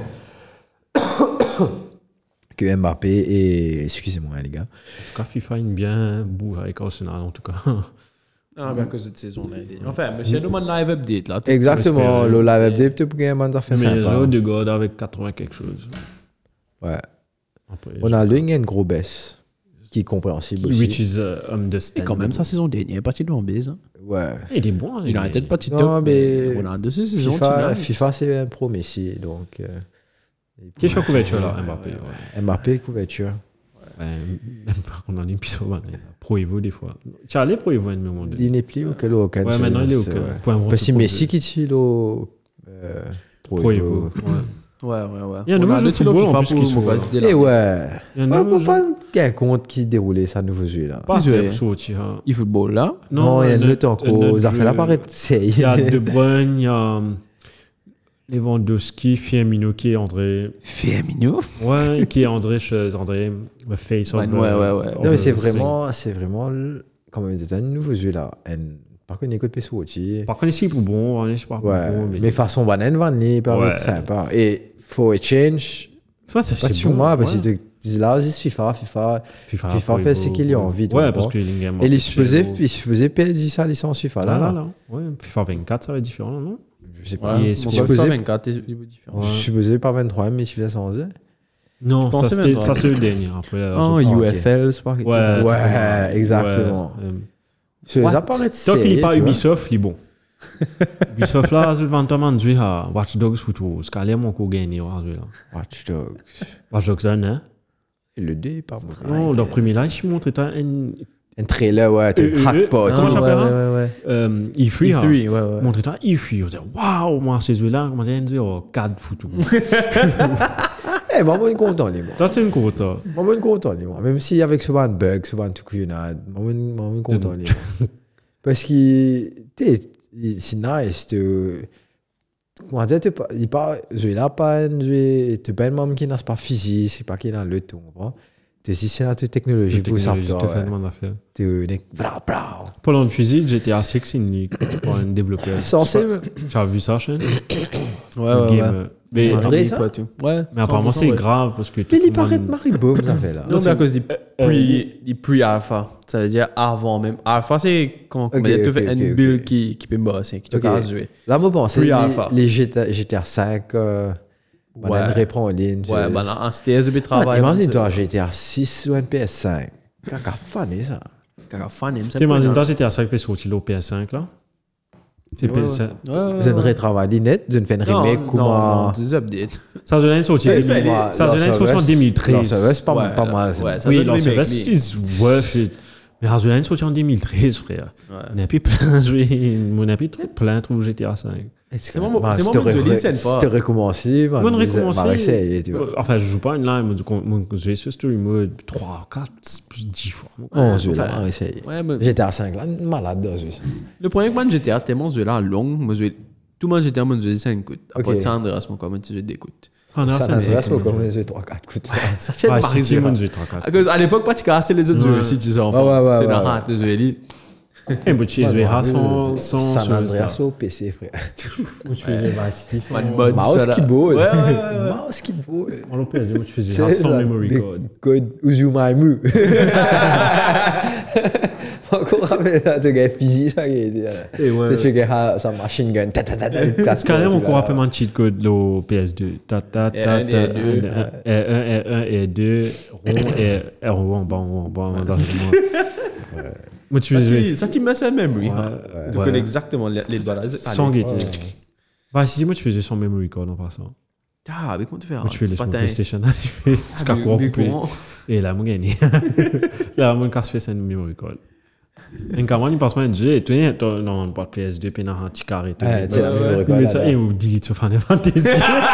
que Mbappé et excusez-moi les gars. En tout cas, FIFA aime bien bourre avec Arsenal, en tout cas. Ah, ben, à cause de cette saison-là. Enfin, monsieur demande live update, là. Exactement, espère, le live update peut pour gagner ça fait Mais sympa. là, de God avec 80 quelque chose. Ouais. Après, On a il y a une grosse baisse qui est compréhensible aussi. Which is Et understandable. quand même, sa saison dernière, parti de l'embise. Hein. Ouais. Il est bon. Il a été parti Non, top. mais On a deux saisons. FIFA c'est un pro Messi donc Qu'est-ce que couverture là, Mbappé? Ouais. Mbappé couverture. Même pas qu'on en est plus souvent. Pro Evo des fois. Tu es allé Pro Evo à un moment donné. Il n'est plus auquel aucun. Ouais, maintenant il est au c'est- cœur. ouais. Pour un Parce que Pro Messi Evo. qui tire au Pro Evo. Ouais. Ouais. Il y a un nouveau jeu de football en plus qui sort. Et ouais. Il y a un Ouais, nouveau faut jeu. pas un compte qui déroulait ça nouveau jeu là. Pas Ils assez ont- sortir. hein. E-football, là. Non, il y a le temps qu'on a fait la parade. parade. C'est Il y a De Bruyne, il y a Lewandowski, Firmino qui est André. Firmino. Ouais, qui est André le face of. Ouais, ouais. Non, mais c'est vraiment comme on dit un nouveau jeu là. Par contre, écoute PSO aussi. Par contre, ici, pour bon, on est pas Ouais, bon. mais façon banane vanille pas Ouais. être sympa. Et faut change Ça, c'est pas sur bon. moi parce ouais. que tu dis là juste FIFA FIFA Pro fait Evo, ce qu'il y a envie, tu Ouais, vois. parce que Lingam. et il se faisait payer sa licence FIFA Là, là. là. Ouais, FIFA 24, ça va être différent, non? Je sais pas. Ouais, Je mon suis FIFA supposé 24 est différent. Ouais. je suis supposé par 23 mais je suis là sans dire. Non, pensais ça, même pas. ça c'est le dernier. Après, là, Oh, je- ok. UFL, c'est pas Ouais, Ouais, exactement. ouais. Ce What? apparaît Tant qu'il n'est pas Ubisoft, il est bon. Ubisoft là, c'est le 20 ans, jouer à Watch Dogs Football. Ce qu'il y a mon coup gagné, là. Watch Dogs. Watch Dogs, hein? Et le 2 par Non, dans le premier là, je montre un trailer ouais, tu traques pas. Comment tu ça vois. s'appelle, E3. E3, ouais. Montre toi E3. On dit, waouh, moi, ces jeux-là, comment ça dire, 4 football. Eh, maman est content les moi. Toi, tu es une courte. Maman est content les moi. Même si avec souvent un bug, souvent un truc maman est content les moi. Parce que c'est nice de comment dire il pas jouer là pas un jeu tu pas même qui n'a pas physique c'est pas qui dans le tout comprends tu sais c'est la technologie pour ça Je te fais demande à faire. tu bra bra Pour l'an de fusil, GTA 6, c'est pour un développeur. censé Tu as vu ça, Shane? Ouais. Mais, Ouais, vrai, ça? Ouais. mais apparemment, c'est grave parce que. mais tout il le paraît monde- Marie Boom ça fait là Non, c'est à cause du pre-alpha. Ça veut dire avant même. Alpha, c'est quand tu fais une build qui peut bosser, qui te Ok. casse jouer. là moi pense Pre-alpha. les GTA 5 on a une répond en ligne Ouais, ben là, en STS, il travaille. imagine toi GTA 6 ou un PS5 caca fan ça Quand fan, il me T'imagines, toi, GTA 5 peut sortir au PS5 là? C'est PS5. vous avez travaillé net vous avez fait une remake Non, comment des updates. Ça, je l'ai sorti en 2000. Ça, je l'ai sorti en 2013. ça va c'est pas Ouais, pas mal ouais, ça Oui, doit être Last of remake, Us is worth it. Mais Razulane sorti en 2013, frère. Ouais. On a plus plein de jouer. On a plus plein de GTA 5. C'est mon joli scène pas. C'était recommencé. On recommencer. Essayer, tu vois. Enfin, je joue pas online. Mon jeu sur Story Mode 3, 4, plus 10 fois. On joue là, Enfin, on essaye. Ouais, mais J'étais à 5 là, malade dans ce jeu. le premier que GTA, tellement ce là long, moi, tout le monde GTA, moi, je dis ça écoute. Après, Ok. ça, Andreas, mon comment tu d'écoute. Ça n'intéresse pas comme un jeu 3-4 coups de poing. Ça tient Ouais, pas c'est raison. mon jeu 3, 4. À cause, à l'époque, pas tu cassais les autres Ouais. jeux aussi, tu sais, enfant. Ouais, T'es dans ouais. la hâte de jouer lui. Et moi, tu joues sans San Andreas au PC, frère. Man mode, Mouse ça, là. qui beau. Ouais. Mouse qui beau. En l'opération, moi, tu faisais sans memory code. Code Uzumamu. Encore rappelé ça, tu gars physique, ça, qui était. Et ouais. Tu fais que sa machine gun, C'est quand même encore rappelé mon cheat code le PS2. R1 et R2. R1, R2, rond et R1, bon, moi, tu faisais. Ça, tu mets ça memory. Ouais. Tu connais exactement les doigts. Sans gaieté. Bah, si moi, tu faisais son memory card en passant. Ah, avec comment tu fais? Moi, tu fais les PlayStation, tu fais ce qu'a coupé. Et là, moi, gagné. Là, moi, quand je fais ça, une memory card. Et quand moi, il passe pas un jeu, et tu es dans pas de PS2, puis dans un petit carré. C'est la memory card. Mais ça, et on dit, tu fais un fantasy.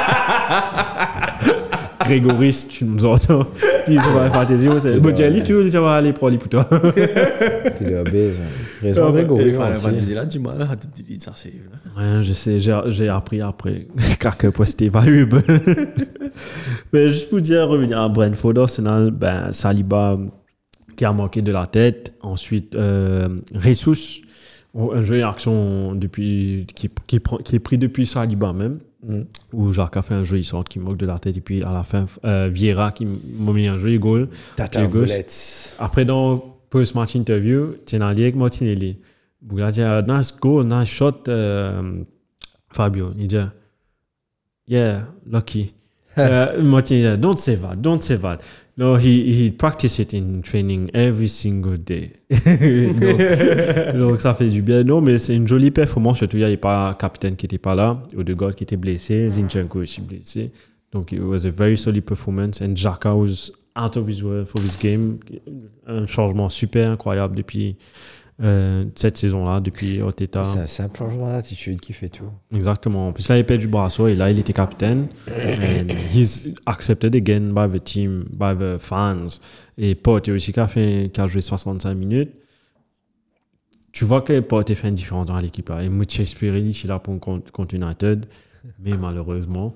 Grégoris, tu nous entends. Dis, tu fais un fantasy. Bon, Jelly, tu vas aller pour les putain. Tu es obèse. Raison Grégory. Final Fantasy, là, du mal à te dire ça, c'est. Ouais, je sais, j'ai appris après. Car que c'était valuable. Mais juste pour dire, revenir à Brentford, Arsenal, ben, Saliba qui a manqué de la tête. Ensuite, Jesus, un jeu d'action depuis, qui est pris depuis Saliba même. Où Jacques a fait un jeu, il sort qui manque de la tête. Et puis à la fin, Vieira qui m'a mis un jeu, il goal. Tata Bullets. Après, dans post-match interview, tu es dans avec Martinelli. Il a dit, nice goal, nice shot, Fabio. Il dit, yeah, lucky. Martinelli, don't say that. No, he practiced it in training every single day. donc, ça fait du bien. Non, mais c'est une jolie performance. Surtout, il n'y avait pas capitaine qui n'était pas là. Odegaard qui était blessé. Zinchenko aussi blessé. Donc, it was a very solid performance. And Xhaka was out of his world for this game. Un changement super incroyable depuis cette saison-là, depuis Oteta. C'est un changement d'attitude qui fait tout. Exactement. En plus, là, il perd du brasso et là, il était capitaine. And he's accepted again by the team, by the fans. Et Pote aussi qui a joué 65 minutes. Tu vois que Pote a fait une différence dans l'équipe là. Et Mucci Spirini, il est là pour contre United. Mais malheureusement.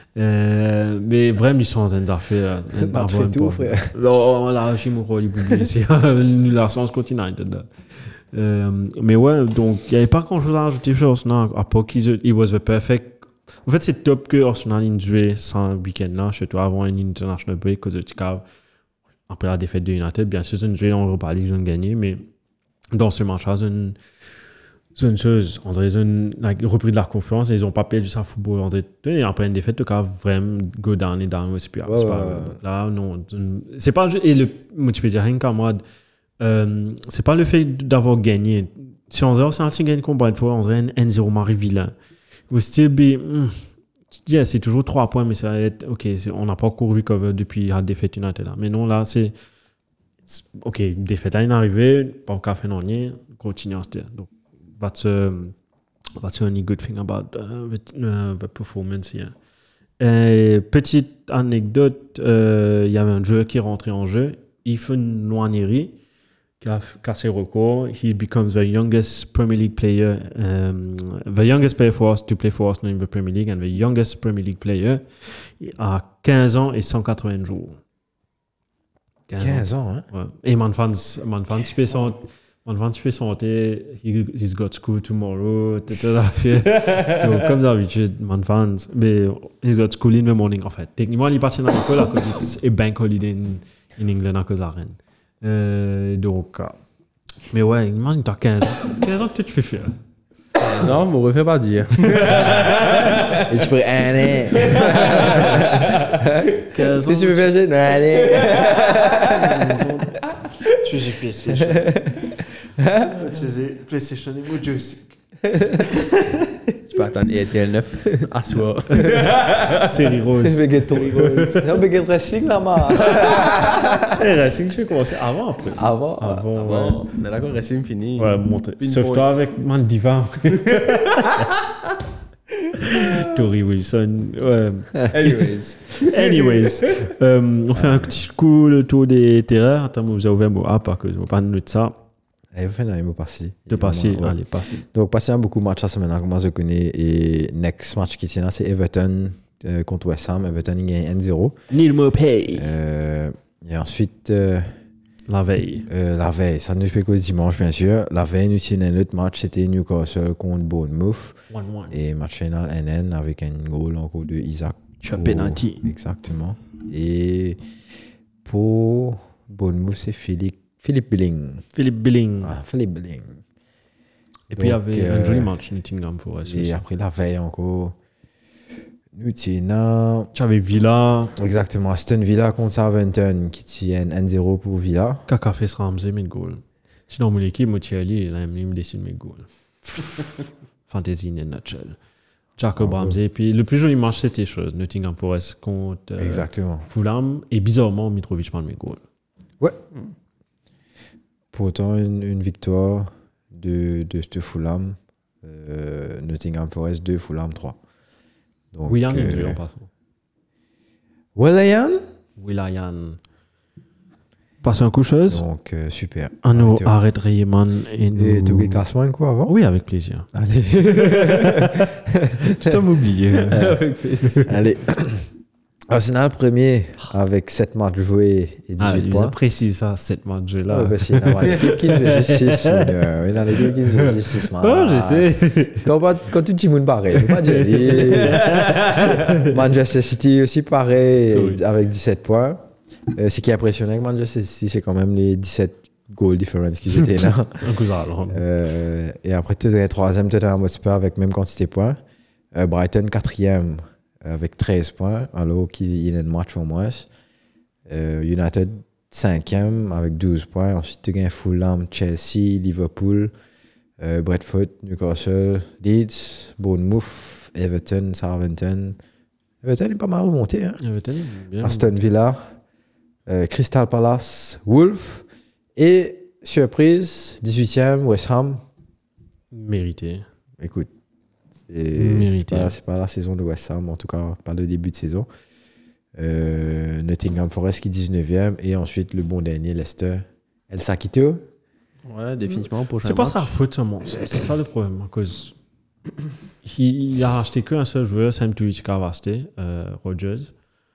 Mais vraiment, ils sont en train d'affaire. Match tout, frère. Non, là, je suis mon rôle, c'est la sens contre United. Mais ouais, donc il n'y avait pas grand-chose à ajouter sur Arsenal, à part qu'il was the perfect. En fait, c'est top que Arsenal ait joué sans week-end-là, surtout avant un international break, cause de Ticao. Après la défaite de United, bien sûr, c'est une jouée en Europa League, ils ont gagné, mais dans ce match-là, c'est une chose. On dirait qu'ils ont repris de leur confiance et ils n'ont pas perdu ça football. Et après une défaite, tu as vraiment go down et down. C'est pas là, non. C'est pas. Et tu peux dire rien qu'à moi. C'est pas le fait d'avoir gagné. Si on dirait que si on gagne contre Brentford, on dirait un 1-0 Marie Villain. Will still be. Yeah, c'est toujours 3 points, mais ça va être. Ok, on n'a pas encore recover depuis la défaite United. Mais non, là, c'est. Ok, défaite là, il est arrivé. Pas encore fait non, continue. Donc, that's the only good thing about the performance here. Petite anecdote, il y avait un joueur qui est rentré en jeu, Ethan Nwaneri, qui a cassé le record. He becomes the youngest Premier League player, the youngest player for us to play for us in the Premier League, and the youngest Premier League player à 15 ans et 180 jours. 15 ans, hein? Ouais. Et Manfans fait son... he's got school tomorrow, donc, comme d'habitude, Manfans, mais he's got school in the morning, en fait. Techniquement, il est parti dans l'école à cause c'est bank holiday in England à cause de la reine. Donc, mais ouais, imagine, t'as 15 ans. 15 ans que tu fais faire. 15 ans, me refais pas dire. Et tu pourrais aller. 15 ans. Si tu veux faire, je vais aller. Tu faisais PlayStation. Tu faisais PlayStation et mon joystick. Tu peux attendre RTL 9 à soir. Série Rose. Série Rose. Non, mais quel Racing là-bas. Racing, tu as commencé avant, après. Avant. Ouais. On est d'accord, Racing fini. Ouais, monter. Sauf toi avec Mandiva. Tory Wilson. Ouais. Anyways. On fait un petit coup le tour des terrains. Attends, vous avez ouvert mon app parce que je ne vais pas noter ça. Et enfin, il m'a passé. De passer, allez, passer. Donc, passer un beaucoup de matchs ça maintenant, comment je connais. Et next match qui est là, c'est Everton contre West Ham. Everton, il gagne 1-0. Neil Mopay. Et ensuite. La veille, ça ne fait que dimanche, bien sûr. La veille, nous avons un autre match, c'était Newcastle contre Bournemouth. 1-1. Et match final NN avec un goal encore de Isaac. Penalty. Exactement. Et pour Bournemouth, c'est Philippe Billing. Philippe Billing. Ah, Philippe Billing. Et puis il y Donc, avait un joli match, Nottingham Forest. Et aussi. après la veille encore. Nous tiens. Tu avais Villa, Exactement. Aston Villa contre Southampton qui tiennent 1-0 pour Villa. Kaka fait Ramsey, mais goal. Sinon, mon équipe, Motiali, il me décide mes goals. Fantasy in a nutshell. Jacob Ramsey. Puis le plus joli match, c'était chose. Nottingham Forest contre Exactement. Fulham. Et bizarrement, Mitrovic prend mes goals. Ouais. Pourtant, une victoire de ce Fulham. Nottingham Forest 2, Fulham 3. Donc, Willian est en passant. Willian. Willian. Passe un coup de chose. Donc, super. Un nous Arrêtez. arrête Rayman et nous. Et tu as le classement quoi avant? Oui, avec plaisir. Allez. Tu t'as oublié. Avec face. Allez. Arsenal premier avec 7 matchs joués et 18 points. Précise ça, cette match-là. Ouais, bah, c'est l'équipe qui joue 6. Il y a l'équipe qui joue 6. Oh, je sais. Quand tu dis moun pareil, je pas dire. Manchester City aussi pareil avec 17 points. Ce qui est impressionnant avec Manchester City, c'est quand même les 17 goal difference qu'ils étaient là. Un coup d'argent. Et après, tu es troisième, tu es en mode super avec même quantité de points. Brighton, quatrième avec 13 points, alors qu'il y a un match au moins. United, cinquième avec 12 points. Ensuite, tu as Fulham, Chelsea, Liverpool, Brentford, Newcastle, Leeds, Bournemouth, Everton, Southampton. Everton est pas mal remonté. Hein? Aston Villa, Crystal Palace, Wolves. Et surprise, 18e, West Ham. Mérité. Écoute, c'est pas la saison de West Ham, en tout cas pas le début de saison. Nottingham Forest qui est 19e. Et ensuite le bon dernier, Leicester. El Sakito. Ouais, définitivement pour C'est pas sa faute seulement. C'est ça le problème. À cause il a racheté qu'un seul joueur, Sam Tuic Cavaste, Rogers.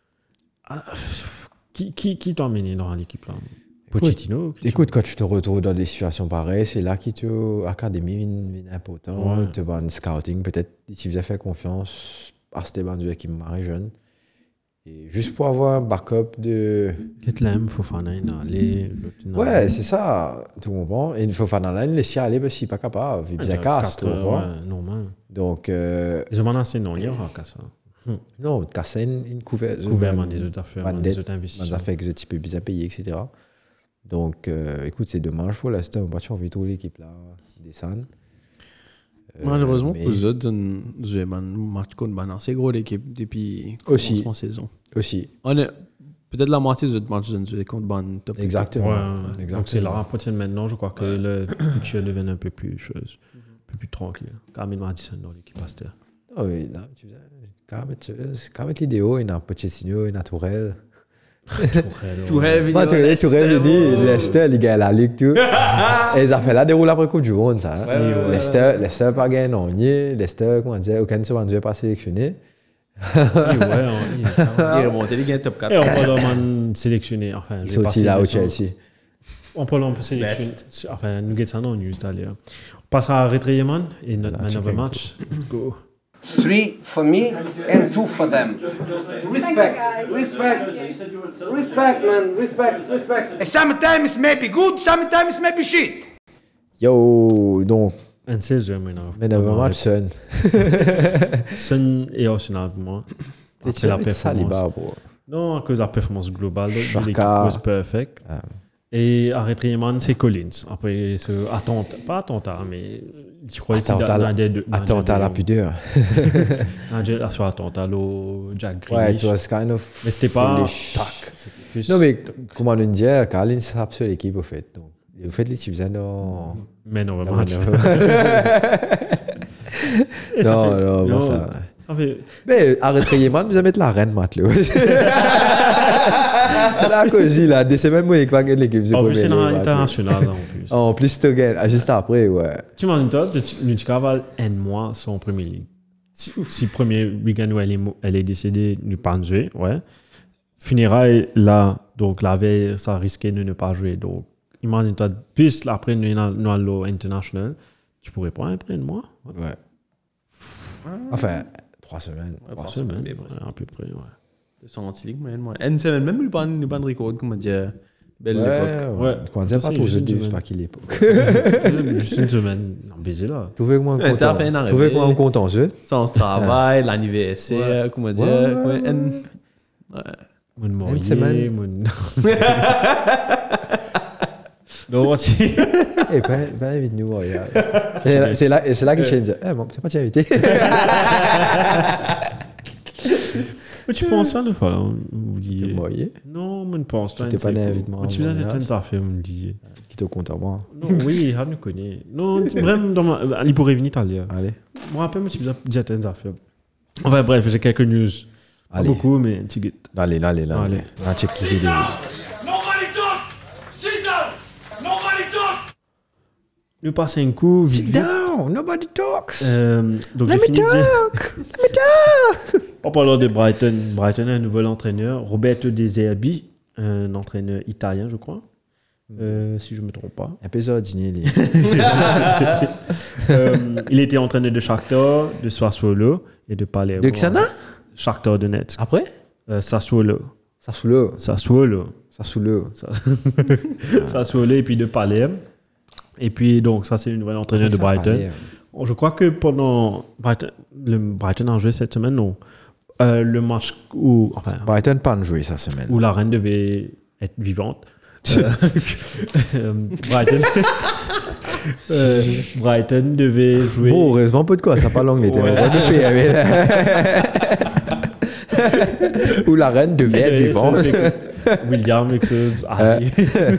Qui t'a emmené dans l'équipe là? Pochettino? Écoute, quand tu te retrouves dans des situations pareilles, c'est là que tu académie est important. Tu vas en scouting, peut-être si vous avez fait confiance à Esteban Dieu qui me marie jeune. Et juste pour avoir un backup de. Ketlem, Fofana, aller. Ouais, c'est ça, tout comprends. Et Fofana là, il laisse y aller parce qu'il n'est pas capable. Il faisait casse, tu comprends. Ouais, normal. Donc. Ils ont menacé non, il y aura qu'à ça. Non, casser une couverture. Gouvernement des autres affaires, des autres investissements. Des affaires que je peux bien payer, etc. Donc, écoute, c'est dommage pour l'instant. On va envie de l'équipe là descendre. Malheureusement, pour eux autres, j'ai un match contre une assez grosse équipe depuis la saison. Aussi. Peut-être la moitié des autres matchs contre ban top. Exactement. Ouais, donc c'est là, à partir de maintenant, je crois que le picture devient un peu plus tranquille. Carmen Madison dans l'équipe Pasteur. Oh oui, là, tu sais, quand même l'idéo, il y a un Pochettino, il y a Tourelle. Tourelle, il dit, Leicester, il gagne la Ligue, tout. Et ils ont fait là des roules après Coupe du Monde, ça. Leicester pas gagné, non. Leicester, comment dire, aucun ne pas sélectionné. Il est remonté, il gagne top 4. Et on peut demander sélectionner. Enfin, c'est aussi là au Chelsea. On peut sélectionner. Enfin, nous guettons ça dans news d'ailleurs. On passera à Retrieman et notre man of the match. Let's go. 3 for me and 2 for them. Respect, man, respect. Sometimes maybe good, sometimes maybe shit. Yo, donc. Un 16 maintenant. Man of the match, Son. Son et Arsenal pour moi. C'est la performance. Non, à cause de la performance globale de l'équipe was perfect. Et à Retrieman, c'est Collins. Après, pas attentat, mais je crois que c'est l'un des deux. Attentat à la pudeur. Sur attentat, Jack Grealish. Ouais, it was kind of. Mais c'était pas. Tac. Non, mais comment on dit, Collins, c'est absolument l'équipe, au fait. Donc, vous faites les chips, non. Mais non, vraiment. Non, ça. Mais à Retrieman, nous allons mettre la reine, Matt. Là, cause là, des semaines, moi, il va gagner l'équipe. En plus, c'est international, en plus. En plus, tu gagnes, juste après, ouais. Tu m'as dit, toi, tu vas un mois sans Premier League. Si premier week-end où elle est décédée, nous pas jouer, ouais. Funérailles, là, donc la veille, ça risquait de ne pas jouer. Donc, imagine-toi, plus après, nous allons international, tu pourrais pas après un mois. Ouais. Enfin, 3 semaines. 3 semaines, à peu près, ouais. De son anti-ligue, moi. Une semaine, même, il n'y a pas de record, comment dire. Belle époque. Ouais. Quand on dit Ça, pas c'est trop, juste je une dis semaine. pas qu'il l'époque. Juste une semaine. Non, baiser là. Trouvez-moi un Ouais, t'as fait une content. arrivée. Trouvez-moi un content, je. Sans travail, l'anniversaire, comment dire. Ouais. Mon Une marié, semaine. mon... Non, si. Eh, pas invite-nous, regarde. C'est là que je dit, eh bon, c'est pas tu invité. Mais tu penses ça, des fois, là, vous dites. Tu marié, Non, moi, je pense. Tu t'es pas né invitement, Tu faisais mariage. certaines affaires, vous me disiez. qui te compte à moi. Non, oui, il nous connaît. Non, vraiment, il pourrait venir t'aller. Allez. Je me rappelle, moi, tu faisais certaines affaires. Enfin, bref, j'ai quelques news. Pas Allez. beaucoup, mais un petit guide. Allez. Allez. On check les vidéos. Nobody talk! Sit down! Nobody talk! Nous passons un coup, vite. down, nobody talks. Donc, j'ai fini de dire. En parlant de Brighton, Brighton a un nouvel entraîneur, Roberto De Zerbi, un entraîneur italien, je crois. Si je ne me trompe pas. Un peu ordinaire. Il était entraîneur de Shakhtar, de Sassuolo et de Palermo. De Xana Shakhtar Donetsk. Après Sassuolo. Ça saoule. Sassuolo. Sassuolo et puis de Palerme. Et puis donc ça c'est le nouvel entraîneur de Brighton. Bon, je crois que pendant Brighton a joué cette semaine, non. Le match où Brighton pas joué cette semaine. où la reine devait être vivante. Brighton. Brighton devait jouer. Bon, heureusement pas de quoi, ça parle anglais. T'es Ouais. pas de fait. Où la reine devait être vivante. William, quelque chose. Harry.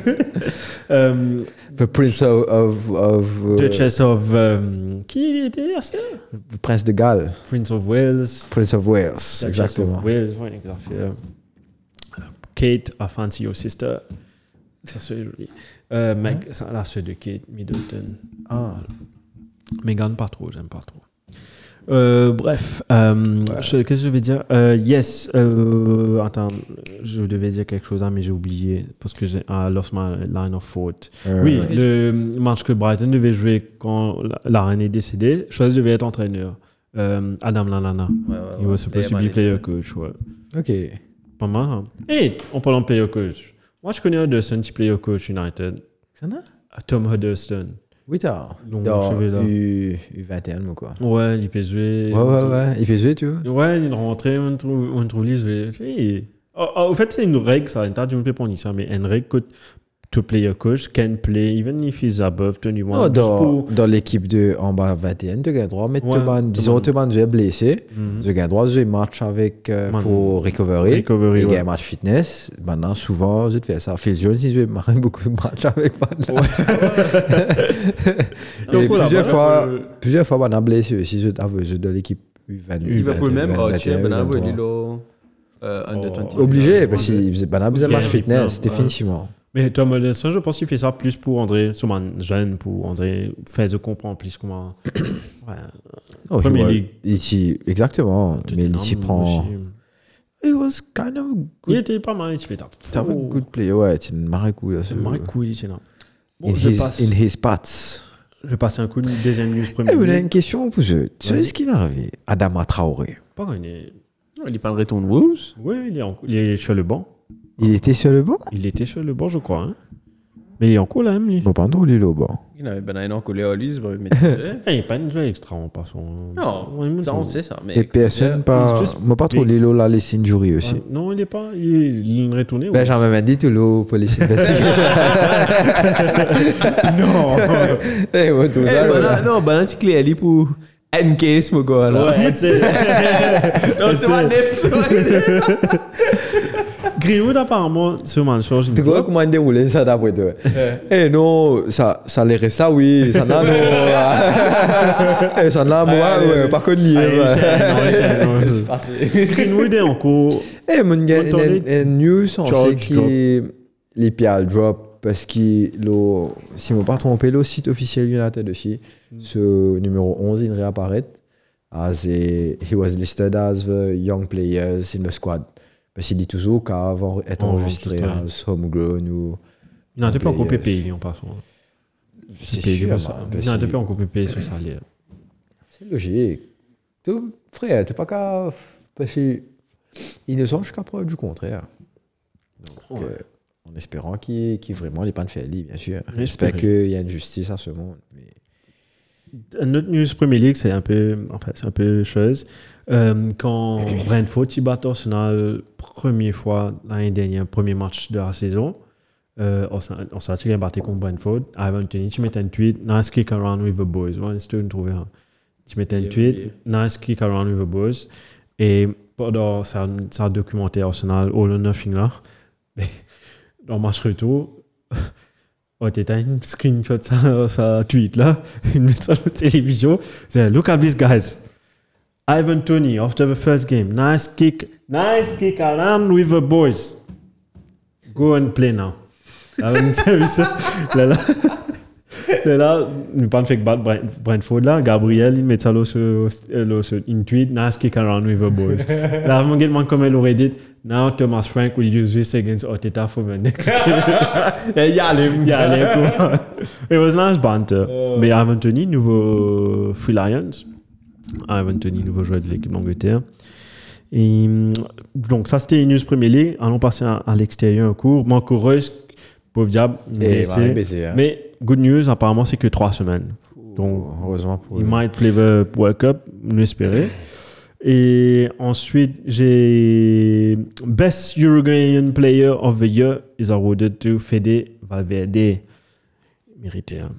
The Prince of Duchess of. Qui était ça? Prince de Galles. Prince of Wales. Prince of Wales, Duchess exactement. of Wales, ouais, exactement. Kate, a fancy your sister. Ça c'est joli. Meg, c'est la sœur de Kate Middleton. Ah. Meghan, pas trop, j'aime pas trop. Bref, qu'est-ce que je vais dire? Yes, attends, je devais dire quelque chose, mais j'ai oublié parce que j'ai lost my line of thought. Oui, le match que Brighton devait jouer quand la reine est décédée, Chose devait être entraîneur. Adam Lallana. He was supposed to be player coach, ouais. Ok. Pas mal, hein? Hey, en parlant de player coach, moi je connais Huddleston, qui player coach United. Ça n'a? Tom Huddleston. Oui, t'as. Donc, Dans je vais là. U21 ou quoi. Ouais, il peut jouer. Ouais. Il fait jouer, tu vois. Ouais, il est rentré, on trouve les jouer. En fait, c'est une règle, ça. Je ne peux pas dire ça, mais une règle que to player coach can play, even if he's above 21. Non, dans l'équipe de en bas 21, tu as le droit de mettre disons, tu es blessé. Tu as le droit de jouer match avec pour recovery. Et il y a un match fitness. Maintenant, souvent, je te fais ça. Phil Jones, il joue beaucoup de matchs avec Van. Et plusieurs fois, on a blessé aussi. Je t'avoue, dans l'équipe U20. Liverpool même, Lilo. Obligé, parce qu'il faisait pas besoin de match fitness, définitivement. Mais Tom Huddleston, je pense qu'il fait ça plus pour André, sûrement jeune, pour André faire de comprendre plus comment. Ouais. Premier League. Ici, exactement. Mais il s'y prend. It was kind of good. Il était pas mal, il se fait tard. T'avais un good player, ouais, c'est une marée cool. C'est marré cool ici, là. Bon, In his paths. Je vais passer un coup de deuxième news premier. On a une question pour eux. Tu sais ce qu'il est arrivé? Adama Traoré. Pas connu. Il est pas le retour de Wolves. Oui, il est sur le banc. Il était sur le banc? Il était sur le banc, je crois. Hein. Mais il est en cours là même, lui. Bon, pas trop, il est au banc. Il avait un collé à lui, mais Il n'est pas une joueur extra en passant. non, ça on sait ça. Mais Et personne pas. Moi, pas trop, Lilo l'a laissé une jury aussi. Non, il n'est pas. Il est retourné. Ben, j'en ai dit tout l'eau, police investigation. Non. Eh, ouais, tout ça. Non, balance petit clé ali pour N-case, mon gars. Là. Ouais, c'est. Non, c'est pas neuf. Greenwood, apparemment, sur Manchester. Tu vois comment il déroule ça d'après toi? Eh non, ça les ça oui, ça n'a non. Eh, ça n'a moi, pas connu. Greenwood est en cours. Eh, mon gars, une news, on sait qu'il les pierres drop parce que, si je ne me pas trompé, le site officiel United aussi, ce numéro 11, il réapparaît. As he was listed as the young players in the squad. Parce qu'il dit toujours qu'avant être enregistré as homegrown ou. Il n'a pas encore PP, en passant. C'est sûr. Il n'a pas encore PP sur salaire. C'est logique. Frère, t'es pas qu'à. Parce qu'il ne sont jusqu'à preuve du contraire. Donc, En espérant qu'il vraiment les pas de faire libre, bien sûr. J'espère. J'espère qu'il y a une justice à ce monde. Mais... Notre news Premier League, c'est un peu chose. Quand Brentford y bat Arsenal, première fois l'année dernière, premier match de la saison, on s'est acheté battu contre Brentford. Ivan Toney, tu mets un tweet, nice kick around with the boys. Ouais, c'est tout trouvé. Tu mets un tweet, nice kick around with the boys. Et pendant ça documenté Arsenal, all or nothing là. Dans le match retour, t'as une screenshot de sa tweet là, une met ça sur la télévision. C'est look at these guys. Ivan Toney, after the first game, nice kick around with the boys. Go and play now. Là, nous pas fait battre Brentford là. Gabriel, il met ça là sur une tweet, nice kick around with the boys. Là, mon gars, comme elle aurait dit, now Thomas Frank will use this against Arteta for the next game. Il y allait. It was nice banter. Mais Ivan Toney, nouveau Free Lions. Ivan Toney, nouveau joueur de l'équipe d'Angleterre. Et donc, ça, c'était une news Premier League. Allons passer à l'extérieur un cours. Marco Reus, pauvre diable, blessé. Hein. Mais good news, apparemment, c'est que 3 semaines. Donc, heureusement pour il might play the World Cup, nous espérer. Et ensuite, j'ai Best Uruguayan Player of the Year is awarded to Fede Valverde. Mérité. Hein.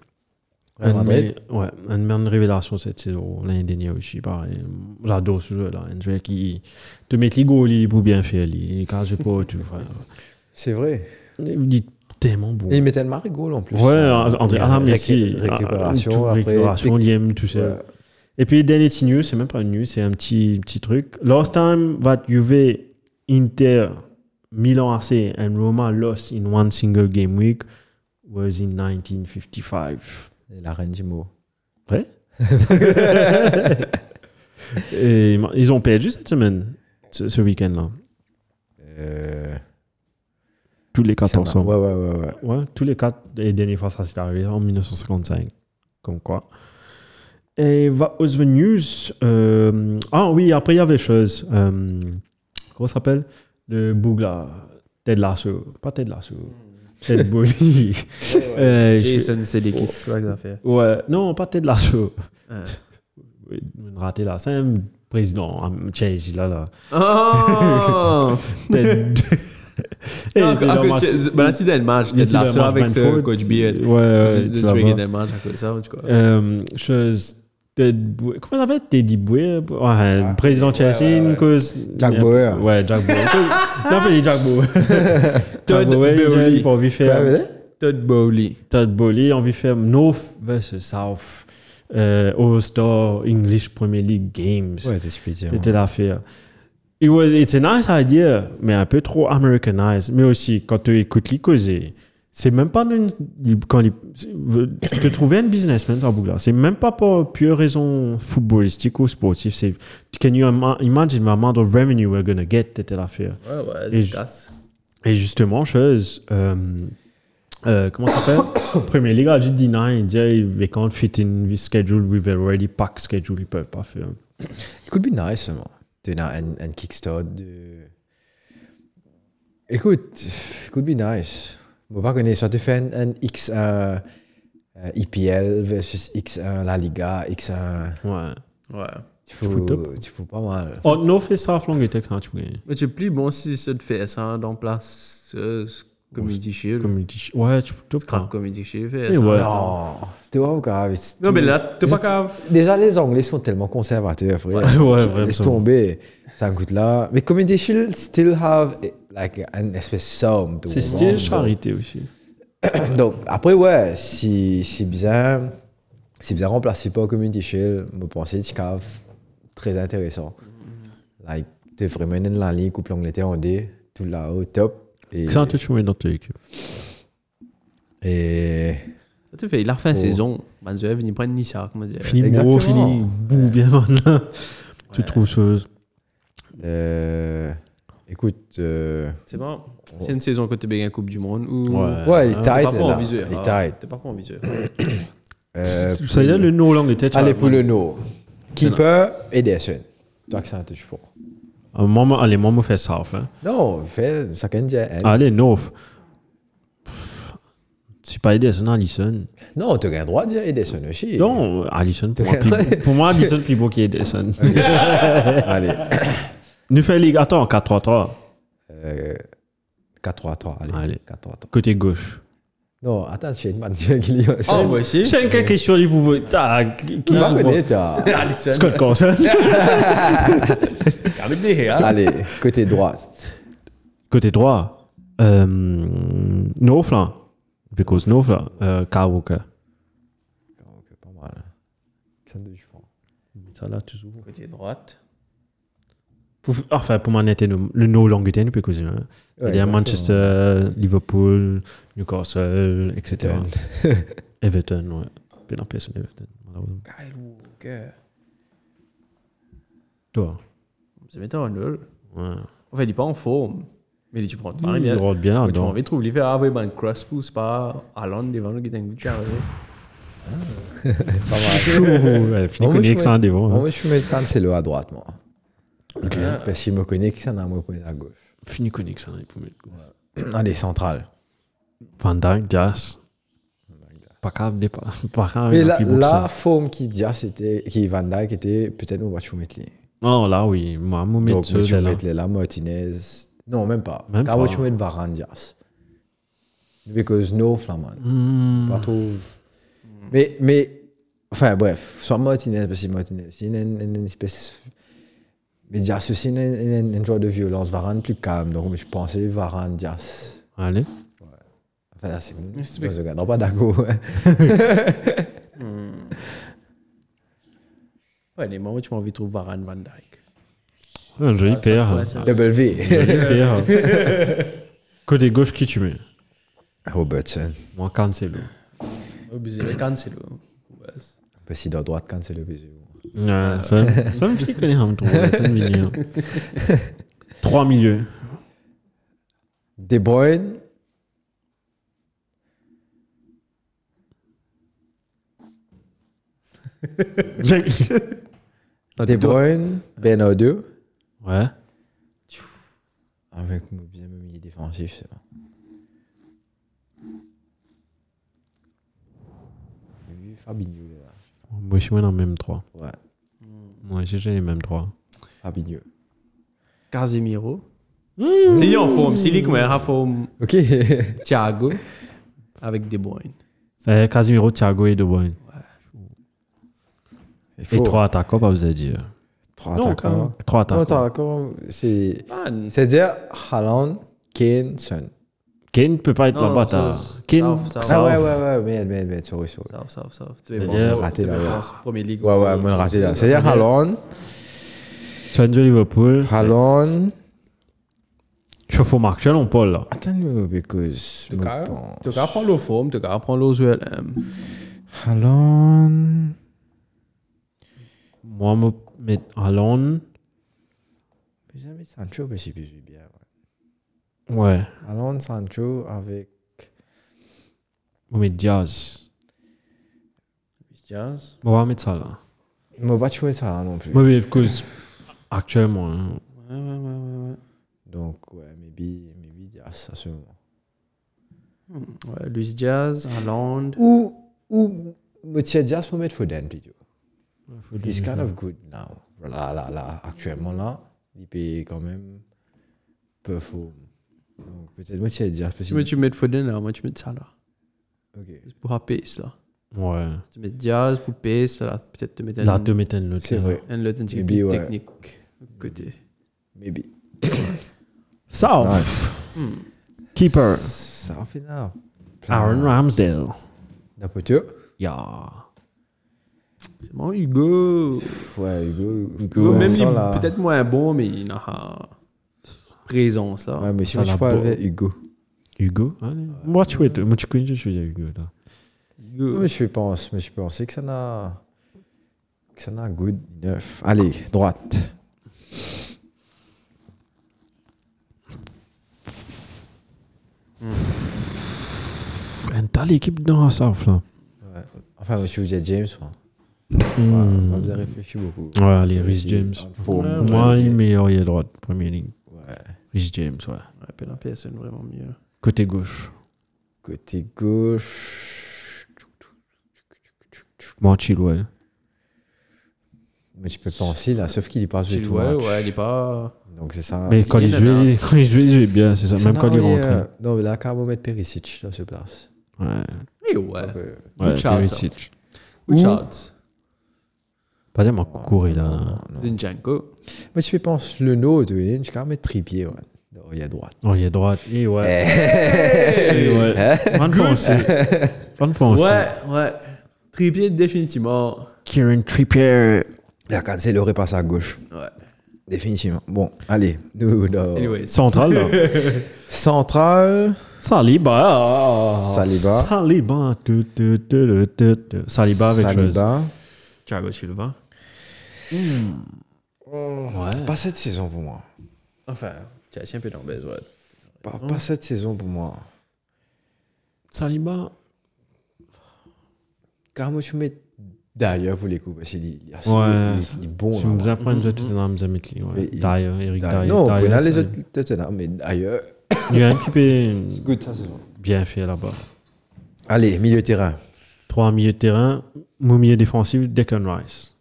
Une bonne révélation cette saison. L'année dernière aussi, pareil. J'adore ce jeu-là. Un jeu qui te met les goals pour bien faire. Il casse pas tout. C'est vrai. Il est tellement bon. Et il mettait le goal en plus. Ouais, André Messi. Récupération, il aime tout ça. Ouais. Et puis, dernier petit news, c'est même pas une news, c'est un petit truc. Last time that Juve, Inter, Milan AC and Roma lost in one single game week was in 1955. La reine du mot. Ouais. Et ils ont perdu cette semaine, ce week-end-là. Tous les 4 ensemble. Ouais, tous les 4 les dernières fois, ça s'est arrivé en 1955. Comme quoi. Et what was the news? Oui, après il y avait chose. Comment ça s'appelle? Le Bougla. Ted Lasso. Pas Ted Lasso. Ted Bolly. Jason Sedekis, c'est quoi que ça fait? Ouais, non, pas Ted Lasso. Raté là. C'est un président. Chase, là. Oh! Ted. Là, tu as le match. Ted Lasso avec ce coach Beard. Ouais, tu as le match à cause de ça, en tout cas. Chose. Comment ça s'appelle? Teddy Boué? Ouais, président Chelsea, cause. Jack Bauer. Ouais, Jack Bauer. Non, mais Jack Bauer. Jack Bauer, il a envie de faire. Todd Bowley, envie de faire North versus South. All-Star English Premier League Games. Ouais, t'es c'était l'affaire. It's a nice idea, mais un peu trop Americanized. Mais aussi, quand tu écoutes les causer, c'est même pas quand te trouver un businessman ça Bougla, c'est même pas pour pure raison footballistique ou sportive. C'est can you imagine the amount of revenue we're gonna get, c'était l'affaire. Ouais, c'est et justement chose comment ça s'appelle? Premier League a juste dit non, il dit they can't fit in this schedule with a already packed schedule, ils peuvent pas faire. It could be nice seulement. Tu as un kickstart de... Écoute, it could be nice. On va pas connaître, soit tu fais un X1 EPL versus X1 La Liga, X1... Ouais. Tu fous pas mal. Oh, non, fait ça, Flanguetec, ça, tu gagnes. Mais c'est plus bon si ça te fait ça dans place Community Shield. Ouais, tu peux Scrap Community Shield fait ça. Ouais. Non, tu vois, grave. Non, mais là, t'es pas grave. Déjà, les Anglais sont tellement conservateurs, frère. Ouais, vraiment. Laisse tomber. Ça coûte là. Mais Community Shield still have like an espèce de somme. C'est style charité aussi. Donc, après, ouais, si bien remplacé par Community Shield, je pense que c'est très intéressant. Like, tu es vraiment dans la ligue, coupe l'Angleterre en D, tout là-haut, top. Ça, tu joues dans ton équipe. Et... Tu fais, il a refait une saison. Manzuev, il prend Nissa, comment dire. Fini gros, fini bout, bien maintenant. Tu trouves chose. Écoute... C'est bon. C'est une saison que tu as bien Coupe du Monde ou... Ouais, il est tight, là. là. Il est tight. T'es pas en visuel. Ça y est, le no l'Angleterre. Allez, pour le no. Keeper, Ederson. Toi, que ça un touche pour. Allez, moi, je fais ça. Hein. Non, fais ça quand même. Allez, North. pas Ederson, Alisson. Non, tu as le droit de dire Ederson aussi. Non, Alisson, pour moi, Alisson plus beau qu'Ederson. Allez. Nous fait ligue. Attends, 4-3-3. 4-3-3. Allez. 4-3-3. Côté gauche. Non, attends, j'ai une manière qui lit. Oh, moi aussi. C'est une question du pouvoir. Qui va mener, t'as. Scott Carson. Allez, côté droite. Côté droit. No flanc. Because no flanc. Kyle Walker. Ok, pas mal. Ça me je pense. Ça là, toujours. Côté droite. Enfin, pour moi, c'était le no Longuetaine, parce que c'est-à-dire Manchester, Liverpool, Newcastle, etc. Everton, ouais. Puis dans personne Everton, malheureusement. Kyle Walker. Toi. C'est maintenant un nul. Ouais. En fait, il est pas en forme. Mais tu prends pas Il bien. rentre bien. Mais tu as donc. envie de trouver l'hiver à avoir un cross pouce pas Haaland devant le qui est un but carré. Pas mal. Ouais, fini Bon, moi, connu je que ça en devant. Moi, je mets Cancelo à droite, moi. Ok. Parce qu'il me connaît que ça n'a moi à gauche. Fini connu que ça, il faut mettre. Allez, central. Van Dijk, Dias. Pas grave, pas grave. Mais il a la plus beau que ça. forme qui Van Dijk était peut-être mon match mettre les. Non, là, oui. Moi, je Donc, mets je ceux vais là. mettre les là, Martinez. Non, même pas. Même Quand pas. je vais mettre Varane Dias. Because no Flamand. Pas trop. Mais, enfin, bref, soit Martinez, parce que Martinez, c'est une espèce. Mais Dias aussi, un joueur de violence. Varane plus calme. Donc, je pensais Varane Dias. Allez. Enfin, là, c'est bon. Je ne regarde pas d'accord. Ouais, les moments où tu m'as envie de trouver Varane Van Dijk. Un joli paire. Double V. Joli paire. Côté gauche, qui tu mets? Robertson. Moi, Cancelo. Obligé de Cancelo. Parce qu'il doit droite quand c'est le bisou. Ouais, ça me fait connaître un peu. Ça me vient. 3 milieux. De Bruyne. De Bruyne. Bernardo. Ouais. Avec mon bien milieu défensif, c'est ça. J'ai vu Fabinho là. Moi, je suis dans le même 3. Ouais, Moi, j'ai les mêmes 3. Fabinho. Casemiro. S'il est en forme, s'il est en forme, Ok. Thiago avec De Bruyne. C'est Casemiro, Thiago et De Bruyne. Il Et faut 3 attaquants, pas vous avez dit. 3 Non, attaquants. 3 Non, attaquants. attaquants, c'est. Man, C'est-à-dire Haaland, Kane, Son. Kane ne peut pas être Non, là-bas. Kane. ça, Ouais, sorry. ça. Tu C'est-à-dire- es raté là, ouais. Première ligue. Ouais, moi, raté là. C'est-à-dire Haaland, Sancho Liverpool. Haaland. Chauffe au Martial, on Paul là. Attends, because. Tu vas prendre l'eau forme, tu vas prendre l'eau ULM. Haaland. Moi, je mets Haaland. Vous avez Sancho, mais c'est plus bien. Ouais. Haaland, Sancho avec. Je mets Diaz. Diaz. On va mettre ça là. Moi, pas jouer ça là non plus. Moi, mais cause actuellement. Hein. Ouais. Donc, ouais, maybe Diaz à ce moment. Ouais, Luis Diaz, Haaland. Ou Monsieur Diaz peut mettre Foden plutôt. He's kind of good now. Là, actuellement là, il peut quand même perform. Donc, peut-être Monsieur Diaz. Tu mets Foden là, moi tu mets Salah. Ok. C'est pour la pace là. Ouais. Si tu mets Diaz pour pace, là, peut-être te mettre Là, tu mets un autre. C'est vrai. un autre un petit peu Maybe, plus ouais. technique côté. Maybe. South. Nice. Keeper. Ça en fait là. Aaron Ramsdale. D'après toi? Yeah. C'est bon, Hugo. Ouais, Hugo. Hugo, même ça, il là. peut-être moins bon, mais il a raison ça. Ouais, mais si Ça je l'a parle beau. avec Hugo. Hugo. Allez. Moi, tu es. Moi, tu connais, je suis Hugo là. Hugo. Mais je pensais que ça n'a good enough. Allez, droite. T'as l'équipe dans la South là. Ouais. Enfin, monsieur Jet James, moi. Hmm. On vous a réfléchi beaucoup. Ouais, allez, C'est Rhys aussi James. en forme. Pour moi, il est meilleur, il est droite, première ligne. Ouais. Rhys James, ouais. Ouais, PNP, c'est vraiment mieux. Côté gauche. Côté gauche. Bon, Chilwell. Mais tu peux penser là, sauf qu'il y passe tout Ouais, match. ouais, il est pas. Donc c'est ça. Mais quand il jouait bien, c'est ça. Même quand il rentrait. Non, mais là, quand on met Perisic dans ce place. Ouais. Et ouais. Donc, Ouais, Good shout, Perisic. Good Ou- shot. Pas tellement courir là. non. Zinchenko. Mais tu peux penser le nôtre, tu peux quand même mettre Trippier, ouais. Non, il y a droite. Oh, il est droite. Et ouais. Eh. Et ouais. Bonne fois aussi. Bonne fois aussi. Ouais. Trippier, définitivement. Kieran Trippier. La Cancelo aurait passé à gauche. Ouais. Définitivement. Bon, allez. Nous, Anyways. Central là. Central. Saliba. Saliba. Saliba. Saliba avec chose. Saliba. Thiago Silva. Ouais. Pas cette saison pour moi. Enfin, Chelsea un peu dans baise, ouais. Pas cette saison pour moi. Saliba. Car moi, tu mets d'ailleurs pour les coups. Parce qu'il est bon. Si vous apprenez de Tottenham, vous mettez lui. Mais D'ailleurs, Eric Dyer. Non, on peut Dyer, les ça- autres Tottenham, mais d'ailleurs. Il y a un petit peu Good, ça, saison. bien fait là-bas. Allez, milieu de terrain. 3 milieux de terrain. Mon milieu défensif, Declan Rice.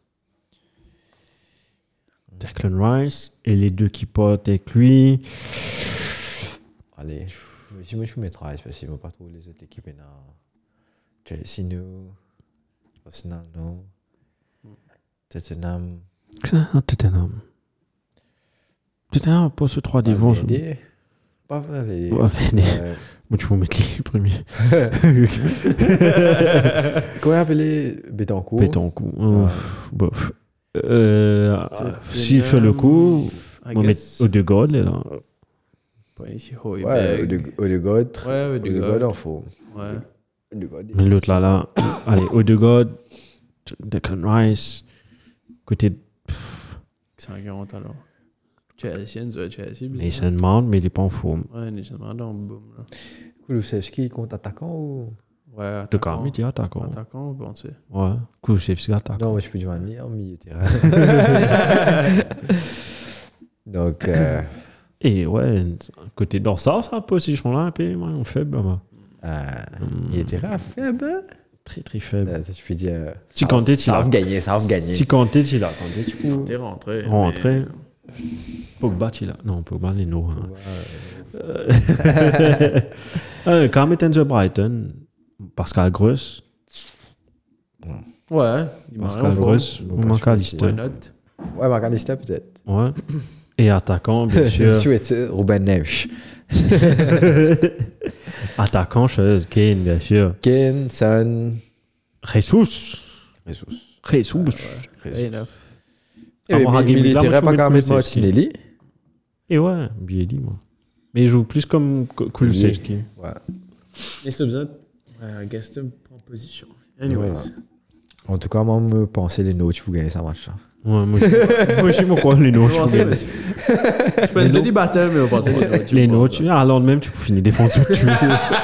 Declan Rice. Et les deux qui portent avec lui. Allez. Si moi, je mets Rice, parce qu'ils ne vont pas trouver les autres équipes. Chelsea, non. Arsenal, non. Tottenham. Tottenham. Tottenham pas ce 3 devant. Valverde. Pas Valverde. Valverde. Moi, tu vas mettre les premiers. Comment appelé Betancourt? Betancourt. Bof. Si je Tottenham, fais le coup, I on va mettre guess. Odegaard là. Pas ici, Ouais, Højbjerg. Odegaard. Ouais, Odegaard en forme. Ouais. Odegaard. Mais l'autre là. Allez, Odegaard, Declan Rice. Côté C'est un grand talent. Chelsea, Chelsea. Mason Mount, mais il n'est pas en forme. Ouais, Mason Mount dans le boom. Là. Kulusevski contre attaquant ou? Ouais, De quand il est attaquant. Attaquant, vous pensez? Ouais, Kulusevski attaquant. Non, moi je peux jouer en milieu de terrain. Donc, Et ouais, côté dorsal, ça position là, un peu moins faible. milieu de terrain faible. Très très faible. Ça, je peux dire. Si Kanté, tu Ça l'as. va gagner, ça va gagner. Si Kanté, tu l'as. Kanté, tu peux T'es rentré. rentrer. Pogba, tu l'as. Non, Pogba, il est lourd. Quand même, The Brighton, Pascal Gross. Ouais, il m'a Pascal rien fait. Gross, ou McAllister. Why not? Ouais, McAllister peut-être. Ouais. Et attaquant, bien sûr. Souhaite Ruben Neves. Attaquant, Kane, bien sûr. Kane, Son, Jesus. Jesus. Fair enough. Et milieu de terrain, pas quand même Kulusevski. Martinelli. Et ouais, Bielli, moi. Mais il joue plus comme Kulusevski. Ouais. Et c'est besoin de guest en position. Anyways. En tout cas, moi, me penser les notes pour gagner ça match. Ouais, moi, je suis quoi, les notes. Je suis pas un célibataire, mais on pense Les notes, alors même, tu peux finir défense où tu veux.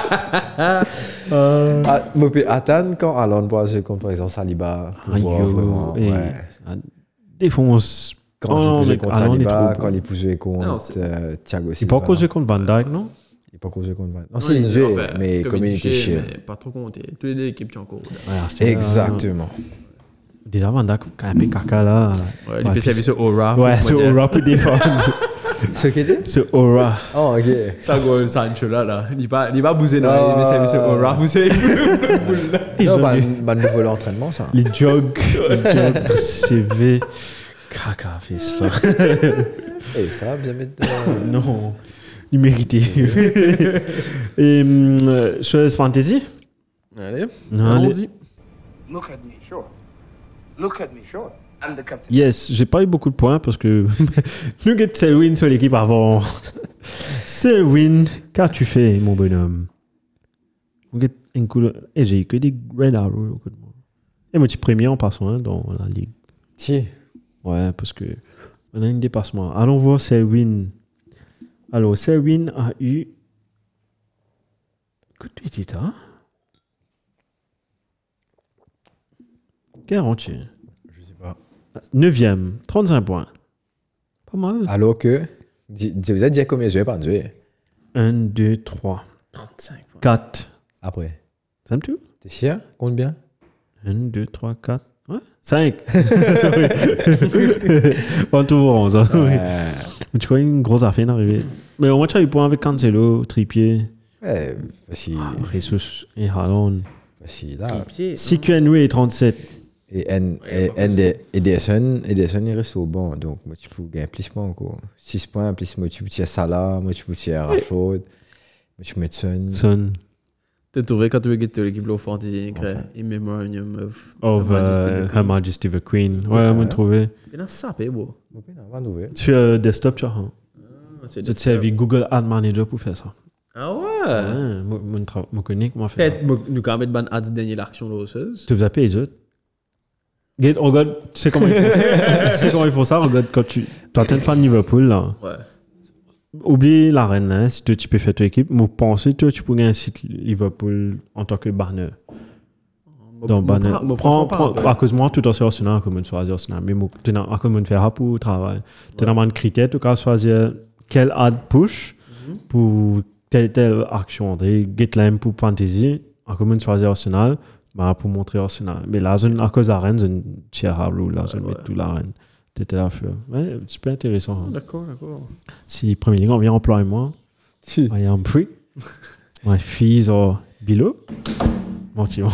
Moi, peux attendre quand Alon passe contre, par exemple, Saliba. Pour voir vraiment. Et Ouais. défense. Quand il pousse contre Alon est Saliba, trop quand bon. il pousse Non, contre c'est- Thiago Il Silva. n'est pas causé contre Van Dijk, non? Il n'est pas causé contre Van. Non, c'est une jeu, mais Community Shield. Pas trop compté. Toutes les équipes qui ont couru. Exactement. Déjà, Van Dijk, quand il y a caca là. Ouais, il peut servir sur Aura. Ouais, ce Aura peut défendre. Ce qui était? Ce Aura. Oh, ok. Ça, go, Sancho là. Il va bouger Non, dans il peut servir sur Aura. Vous savez. Non, bah, nouveau l'entraînement, ça. Les jogs. CV. Caca, fait ça. Et ça, vous avez. Non. Il méritait. Et chose fantasy? Allez. Non, allez. Allons-y. Look at me, sure. Look at me, sure. I'm the captain. Yes, j'ai pas eu beaucoup de points parce que nous get Selwyn sur l'équipe avant. Selwyn, qu'as-tu fait, mon bonhomme? Nous get un coup. Et j'ai eu que des Red Arrow. Et moi, tu premier en passant dans la ligue. Tiens. Ouais, parce que on a un dépassement. Allons voir Selwyn. Alors, Selwyn a eu. Que tu dis, hein? 40. Je sais pas. 9e, 35 points. Pas mal. Alors que. Vous avez dit combien je vais pas jouer? 1, 2, 3, 35 points. 4, Après. Ça me tue? T'es sûr? Compte bien? 1, 2, 3, 4. Ouais, 5. Pas toujours 11. Tu crois une grosse affaire d'arriver. Mais au moins, tu as eu point avec Cancelo, Trippier, Ouais, si, Jesus et Haaland. si là. Si QNW est 37. Et Ederson, il reste au banc. Donc, moi, tu peux gagner plus points encore. 6 points, plus moi, tu peux tirer Salah, moi, tu peux tirer Rashford, moi, tu peux mettre Son. Son T'as trouvé quand tu veux que l'équipe de fantasy écrit In Memoriam of of Her Majesty the Queen. Ouais, on trouvé. Il a sapé, bro. Ok, on va trouver. Sur desktop, tu as. C'est Tu sais, avec Google Ad Manager pour faire ça. Ah ouais. Ouais, moi, connais comment faire ça. Peut-être nous quand même ban ads dernière l'action de l'osseuse. Tu peux appeler les autres. Regarde, tu sais comment ils font ça? Tu sais comment ils font ça? Regarde, quand tu es un fan de Liverpool, là. Ouais. Oublie l'arène, hein, si tu peux faire ton équipe. Moi, penser, tu peux gagner un site Liverpool en tant que banner. Dans banner. Prends, à cause de moi, tout en Arsenal, comme on choisit Arsenal. Mais tu as à cause de faire pour le travail. Tu as un critère, tu as choisir quel ad push pour telle action. Getline pour fantasy, à cause de choisir Arsenal, pour montrer Arsenal. Mais là, à cause de l'arène, je ne sais pas où là, je vais mettre tout l'arène. T'étais là, ouais, super intéressant. Hein. D'accord. Si Premier League, on vient employer moi, I am free. My fees are below. Menti.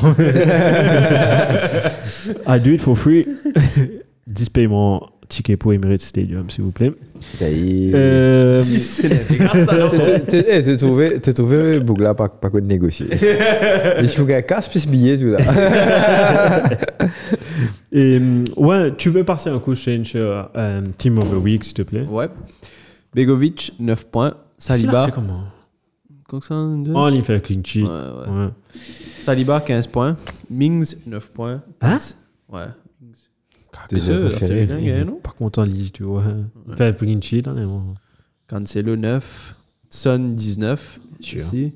I do it for free. 10 paiements ticket pour Emirates Stadium, s'il vous plaît. Si c'est grâce à T'as trouvé Bougla pas quoi de négocier. Il faut gagner 4 plus billets tout là. Et ouais, tu veux passer un coup sur Team of the Week, s'il te plaît? Ouais. Begovic, 9 points. Saliba. C'est comment? Oh, il fait un clean sheet. Ouais. Saliba, 15 points. Mings, 9 points. Hein? Ouais. C'est dingue, non? Pas content, Lise, tu vois. Il fait un clean sheet, honnêtement. Cancelo, 9. Son, 19. Sûr. Ici.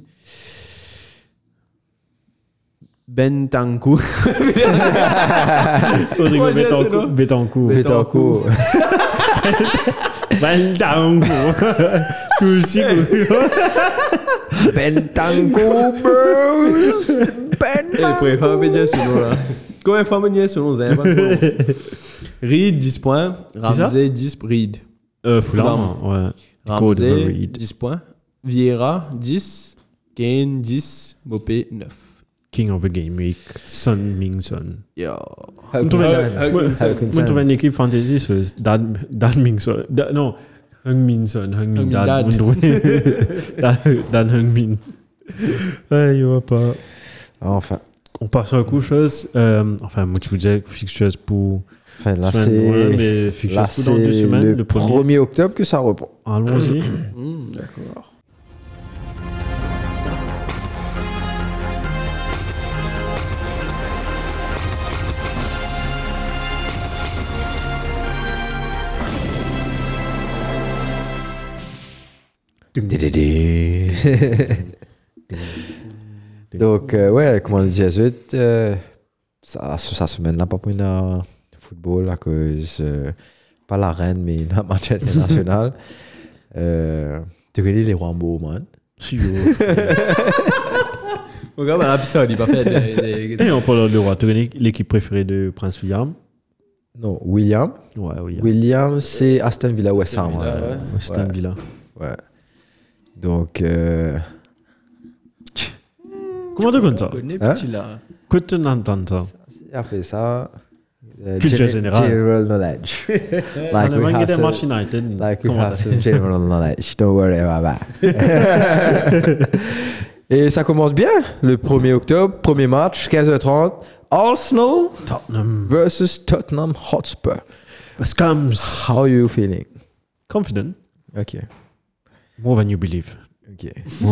Bentancur. Rodrigo Ouais, Betancourt. Souci. Bentancur, bro. Pour faire un peu de solo là. Combien de fois on y est selon Zé? Reed, 10 points. Ramsey, 10. Reed. Fulham, ouais. Ramsey, 10 points. Vieira, 10. Kane, 10. Mopé, 9. King of the Game Week, Son Ming-son. Yo. On trouve une équipe fantasy, c'est Dan Ming-son. Non, Heung-min-son. Dan Heung-min. Ouais, il va pas. Enfin. On passe à un coup, chose. Enfin, moi, tu vous disais fixtures pour. Enfin, là, mais fixtures pour dans 2 semaines. Le 1er octobre que ça reprend. Allons-y. D'accord. Donc, ouais, comme on le disait, ça semaine-là, pas pour le football, à cause, pas la reine, mais la match international. Tu connais les Rambo, man? Si, Regarde, un épisode, il va faire des. Et on parle de roi. Tu connais l'équipe préférée de Prince William? Non, William. Ouais, William. William, c'est Aston Villa West Ham. Aston Villa. Ouais. Donc, comment tu connais ça? Petit là. Quoi tu entends ça? après ça, Culture générale. General knowledge. On a gagné des matchs United. Like we have some general knowledge. Don't worry about that. Et ça commence bien. Le 1er octobre, premier match, 15h30. Arsenal Tottenham versus Tottenham Hotspur. Scums. How are you feeling? Confident. Ok. More than you believe. Ok.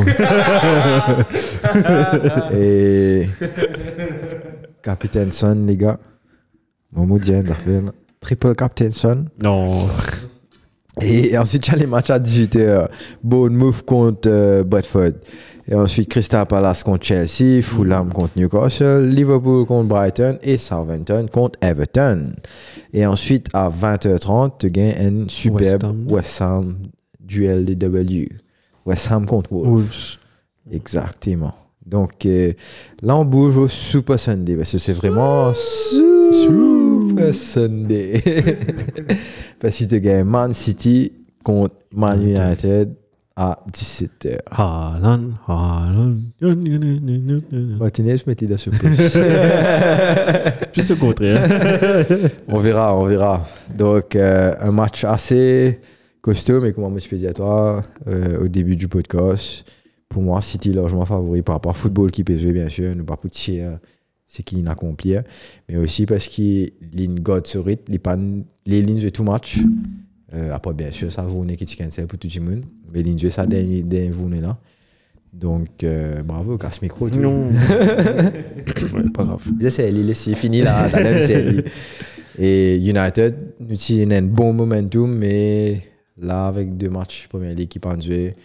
Et Capitaine Son, les gars. Momo Dien, triple Captain Son. Non. Et ensuite, il y a les matchs à 18h. Bournemouth contre Bradford. Et ensuite, Crystal Palace contre Chelsea, Fulham contre Newcastle, Liverpool contre Brighton et Southampton contre Everton. Et ensuite, à 20h30, tu gagnes un superbe West Ham duel des W. West Ham contre Wolves. Exactement. Donc là, on bouge au Super Sunday parce que c'est vraiment Super Sunday. Parce que tu gagnes Man City contre Man United à 17h. Haaland. Martinez, je mettais dans ce poste. Juste le contraire. On verra. Donc, un match assez costaud, mais comme moi, je peux dire à toi au début du podcast, pour moi, City largement favori par rapport au football qui peut jouer, bien sûr, nous pas pour tirer ce qu'il accomplit, mais aussi parce qu'il ligne God sur rythme, les lignes de tout match. Après, bien sûr, ça vaut une qui cancel pour tout le monde, mais ligne de ça dernière journée là. Donc, bravo, casse micro. Non. Ouais, pas grave. C'est fini là, t'as l'air c'est Et United, nous avons un bon momentum, mais là, avec 2 matchs Première Ligue qui peuvent jouer,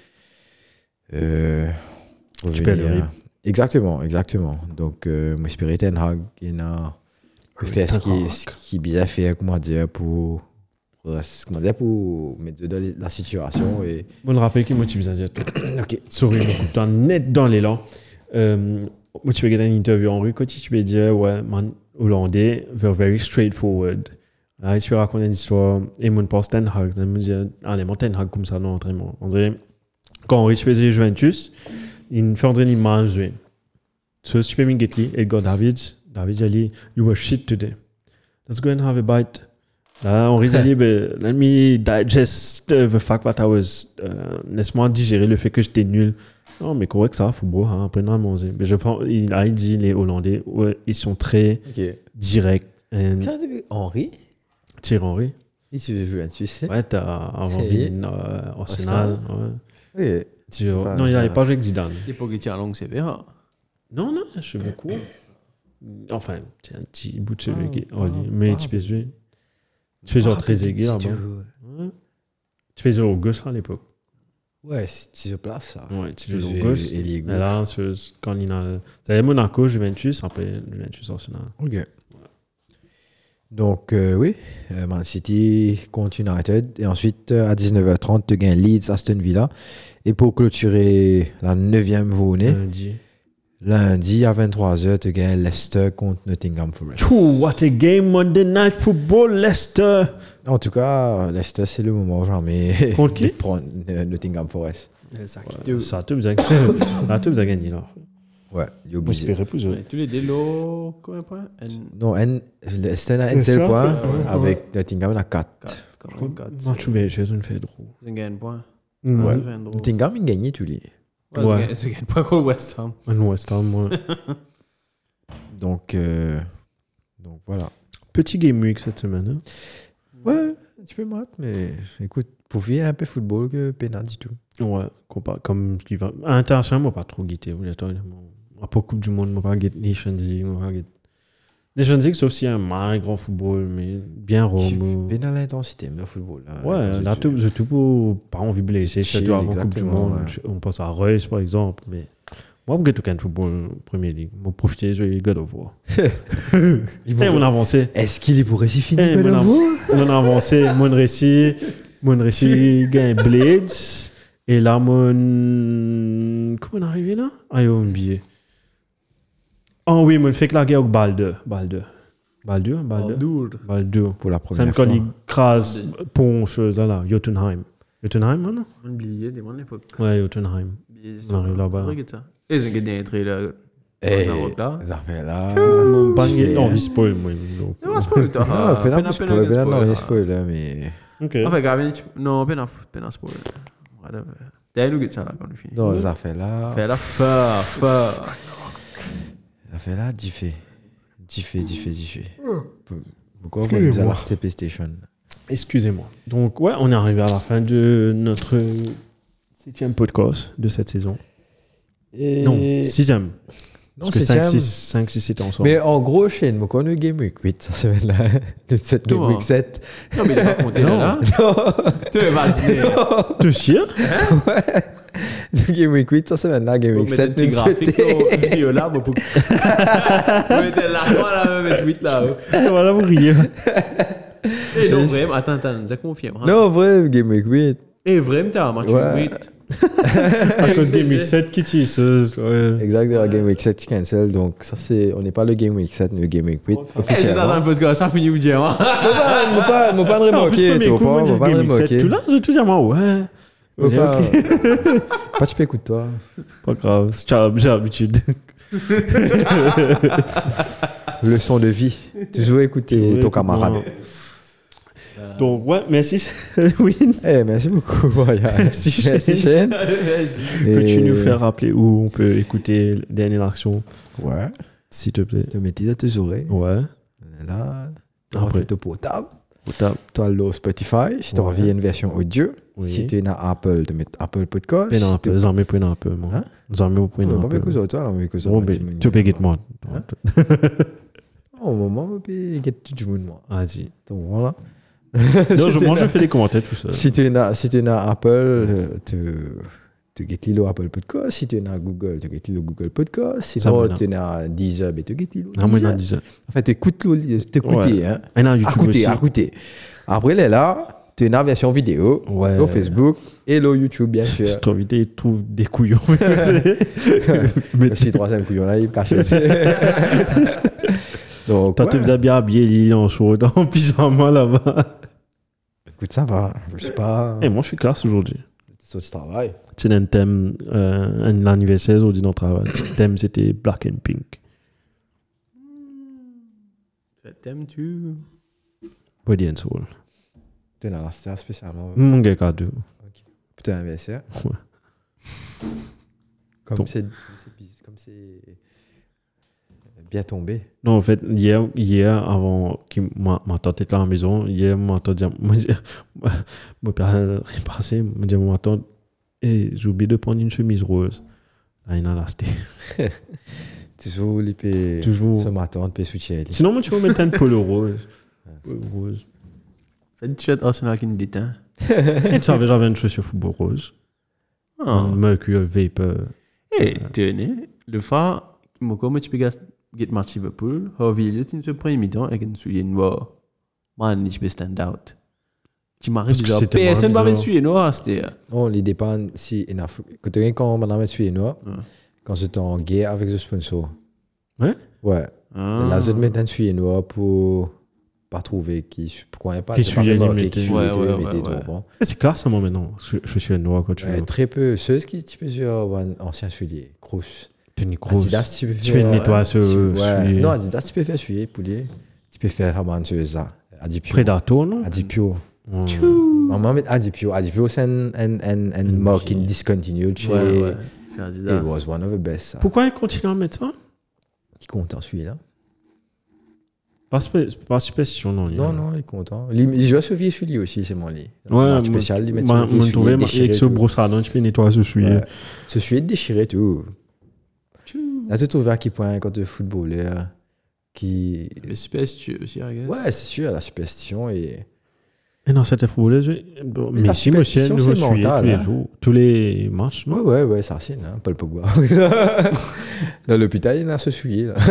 Tu perds le rythme. Exactement. Donc, moi, j'espère Ten Hag, il a fait ce qui est bien fait, comment dire, pour mettre dans la situation. Et... Bon, le rappel qui motive ça, Ok. Sorry, beaucoup de net dans l'élan. Moi, tu peux gagner une interview en rue, quand tu peux dire, ouais, man, hollandais, they're very straightforward. Là, tu peux raconter une histoire, et mon pense Ten Hag, je me dis, allez, mon Ten Hag comme ça, non, entraînement. On dirait, quand Henri faisait Juventus, il fait entrer une main jouer. So, tu peux me get li, Edgar Davids, il dit, you were shit today. Let's go and have a bite. Là, Henri a dit, let me digest the fact that I was, laisse-moi digérer le fait que j'étais nul. Non, mais correct, ça, football, hein, après, non, manger. Mais je pense, il a dit, les Hollandais, ouais, ils sont très directs. Henri Thierry Henry. Il se joue tu sais. Ouais, t'as envie Arsenal. Ouais. Oui. Non, il n'avait pas joué avec Zidane. C'est pas qu'il tient un long CV. Hein. Non, je veux beaucoup. Enfin, c'est un petit bout de cheveux qui est mais tu peux jouer. Tu fais genre très aigu là-bas. Ouais. Tu fais genre au gauche à l'époque. Ouais, tu se places ça. Ouais, tu joues au gauche. Et là, quand il a. Ça avait Monaco, Juventus, après Juventus Arsenal. Ok. Donc, oui, Man City contre United. Et ensuite, à 19h30, tu gagnes Leeds, Aston Villa. Et pour clôturer la 9e journée, lundi à 23h, tu gagnes Leicester contre Nottingham Forest. What a game, Monday Night Football, Leicester. En tout cas, Leicester, c'est le moment jamais contre qui? De prendre Nottingham Forest. Ça a tout besoin gagner là. Ouais, il est On obligé. espérait plus. Tous les délos, combien de points? Non, Leicester a un seul point, avec Nottingham a 4. Non, tu veux, je ne fais trop. Ils gagnent un point. Ouais. Nottingham, il gagne tous les. Ouais. Ils gagnent un point contre West Ham. West Ham, ouais. Donc voilà. Petit game week cette semaine. Hein? Ouais, un petit peu mat, mais écoute, pour vivre un peu football que pénal du tout. Ouais, comme ce qui va. International, moi, pas trop guetté. Après Coupe du Monde, moi, pas guetté Nations League. Nations League, sauf s'il y a un grand football, mais bien rome. Pénal l'intensité, mais le football. Là, ouais, là, tout pour pas envie de blesser. Surtout avant Coupe du Monde. Ouais. On pense à Reus, par exemple, mais. Moi, je guette aucun football Premier League. Je profite de jouer God of War. Et on a avancé. Est-ce qu'il pourrait s'y finir God of War? On a avancé. Mon récit gagne Blades. Et là, comment on est arrivé là? Ah, il y a un billet. Ah oui, mon fait que la guerre avec Baldur. Pour la première c'est fois. quand il crase pour chose là. Jotunheim, non? On oubliait des mois de l'époque. Ouais, Jotunheim. On arrive là-bas. Et ils ont gagné un trailer. Ça fait là. Pas envie spoil, moi. C'est pas spoil, toi. Non, pénal spoil. Non, il spoil là, mais. Ok. Enfin, Gavin, non, pénal spoil. T'as nous ça là quand on finit. Non, ça fait là. Fait là, fort. Ça fait là, diffé. Pourquoi on nous a acheté PlayStation? Excusez-moi. Donc, ouais, on est arrivé à la fin de notre 7e podcast de cette saison. Non, 6e. Parce que 5, 6 c'était ensemble. Mais en gros, chez nous, on a eu Game Week 8, ça semaine là. Cette Game Week 7. Non, mais il a pas compté là. Tu vas dire. T'es sûr? Ouais. Game Week 8, ça semaine là. Game Week 7, petit graphique vidéo là. Vous mettez la croix là, mettre 8 là. Voilà, vous riez. Et non, vraiment, attends, nous confirme. Non, vrai, Game Week 8. Et vraiment, t'as un match 8. À cause Game Week 7 qui tue ouais. Exact, la Game Week 7 qui cancel. Donc, ça, c'est. On n'est pas le Game Week 7, mais le Game Week 8. C'est dans Officiellement. un podcast, ça finit vous dire. Moi, pas de Non, en plus, remoquer, premier toi, coup, moi, pas. j'ai Moi, pas de Game Week 7 remoquer. tout là, j'ai tout dit à moi, ouais. J'ai dit, ok, Pas de écoute toi. pas grave, j'ai l'habitude. Leçon de vie. Toujours écouter ton camarade. Donc, ouais, merci. Oui. Eh, merci beaucoup. Merci, Shane. Merci, Shane. Peux-tu Et- nous faire rappeler où on peut écouter la dernière action, Ouais. s'il te plaît? Te mettez dans tes oreilles. Ouais. Là. Après. Ton portable. Au table. Toi, le Spotify. Si tu as Ouais. envie une version audio. Oui. Si tu es dans Apple, tu mets Apple Podcast. Prenez un Si peu, tu- Zambé prenez un peu, moi. Hein? Zambé prenez Non, un pas peu. avec eux, toi, mais avec eux, Oh, mais tu peux get moi. Au moment, on peut get tout le monde, moi. Vas-y. Donc, voilà. Non, moi, je fais des commentaires tout seul. Si tu es dans Apple, tu get le Apple Podcast. Si tu es dans Google, tu get le Google Podcast. Sinon, Ça, tu es dans Deezer, tu get le Ah, moi, il y en a Deezer. 10 heures. En fait, tu écoutes, Ouais. hein. Et là, YouTube aussi. Écoutez. Après, là, tu es dans la version vidéo, Ouais. au Facebook et le YouTube, bien sûr. Si tu envie, il trouve des couillons. Si troisième couillon là, il cache. Donc, Toi, ouais. tu faisais bien habillé, il est en short, en pyjama là-bas. Écoute, ça va. Je sais pas. Et moi, je suis classe aujourd'hui. C'est du travail. C'est un thème, un anniversaire aujourd'hui dans le travail. Le thème, c'était Black and Pink. T'aimes-tu? Body and Soul. Tu es dans la star spécialement. Mon gars, cadeau. Putain, anniversaire. Ouais. Comme Donc. c'est bien tombé. Non, en fait, hier avant que ma tante était là à la maison, hier, ma tante dit, mon père est passé, me dit, ma tante, j'ai oublié de prendre une chemise rose. Là, il en a acheté. Toujours les paix. Toujours. Ce matin, on peut switcher. Sinon, moi, tu vas mettre un polo rose. Rose. C'est une t-shirt Arsenal qui nous déteint. Et tu savais, j'avais une chaussure football rose. Ah. Un Mercury Vapor. Eh, tenez, le phare, moi, comme tu peux get match Liverpool, Harvey, tu ne se prends mi-temps avec une soulier noire. Man, tu peux stand out. Tu m'arrives Parce que bizarre. c'était Personne marrant, va bizarre. mettre soulier noir, c'était. Non, les dépend si. Quand madame est suivi noir, quand c'est en guerre avec le sponsor. Ouais? Ouais. Ah. Là, je mets un suivi noir pour pas trouver qui. Pourquoi il n'y a pas Qui suit pas limité. qui suit Ouais, tout, ouais, mettez ouais, tout, ouais. bon. C'est classe, moi, maintenant. Je suis un noir, quoi, tu Ouais, veux. très peu. Ceux qui tu peux sur un ancien soulier, Crous. Tenue grosse. Adidas, tu peux Tu fais une nettoyer ce Ouais. soulier. Non, Adidas, tu peux faire soulier, poulet. Tu peux faire raban sur ça. Adipio. Predator, non? Adipio. Ouais. Maman met Adipio. Adipio, c'est un marque qui discontinued chez. Ouais, ouais. Chez It Adidas. was one of the best. Ça. Pourquoi ils continuent à mettre ça? Il est content, celui-là. Pas superstition, non. Non, non, il est content. Il joue à ce vieux celui aussi, c'est mon lit. Ouais, Match spécial, il met moi, ce vieux je trouvais soulier déchiré. avec ce tout. brosse à dents, tu peux nettoyer ce soulier. Ouais. Ce soulier déchiré, tout. Là, tu trouves à quel point, quand tu es footballeur, qui. Mais superstitieux aussi, I guess. Ouais, c'est sûr, la superstition et. Et non, c'était footballeur. Mais la si, monsieur, superstition, je c'est suis mental, tous les hein. jours, tous les matchs, non? Ouais, ça c'est, hein, Paul Pogba. Dans l'hôpital, il a ce soulier, là.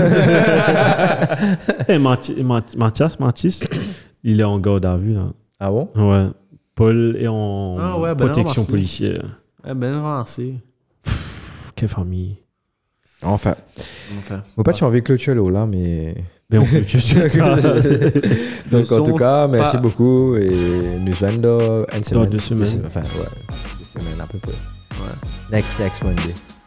Et Mathias, il est en garde à vue, là. Ah bon? Ouais. Paul est en Ah ouais, ben non, protection merci. policière. Ouais, ben ramassé. Quelle famille. Enfin. Enfin. Moi, pas tu as envie de clôturer l'eau, là, mais. Mais on peut juste ça. Donc, en tout cas, merci pas- beaucoup et nous venons dans une semaine. Dans 2 semaines. Enfin, ouais, 2 semaines à peu près. Ouais. Next Monday.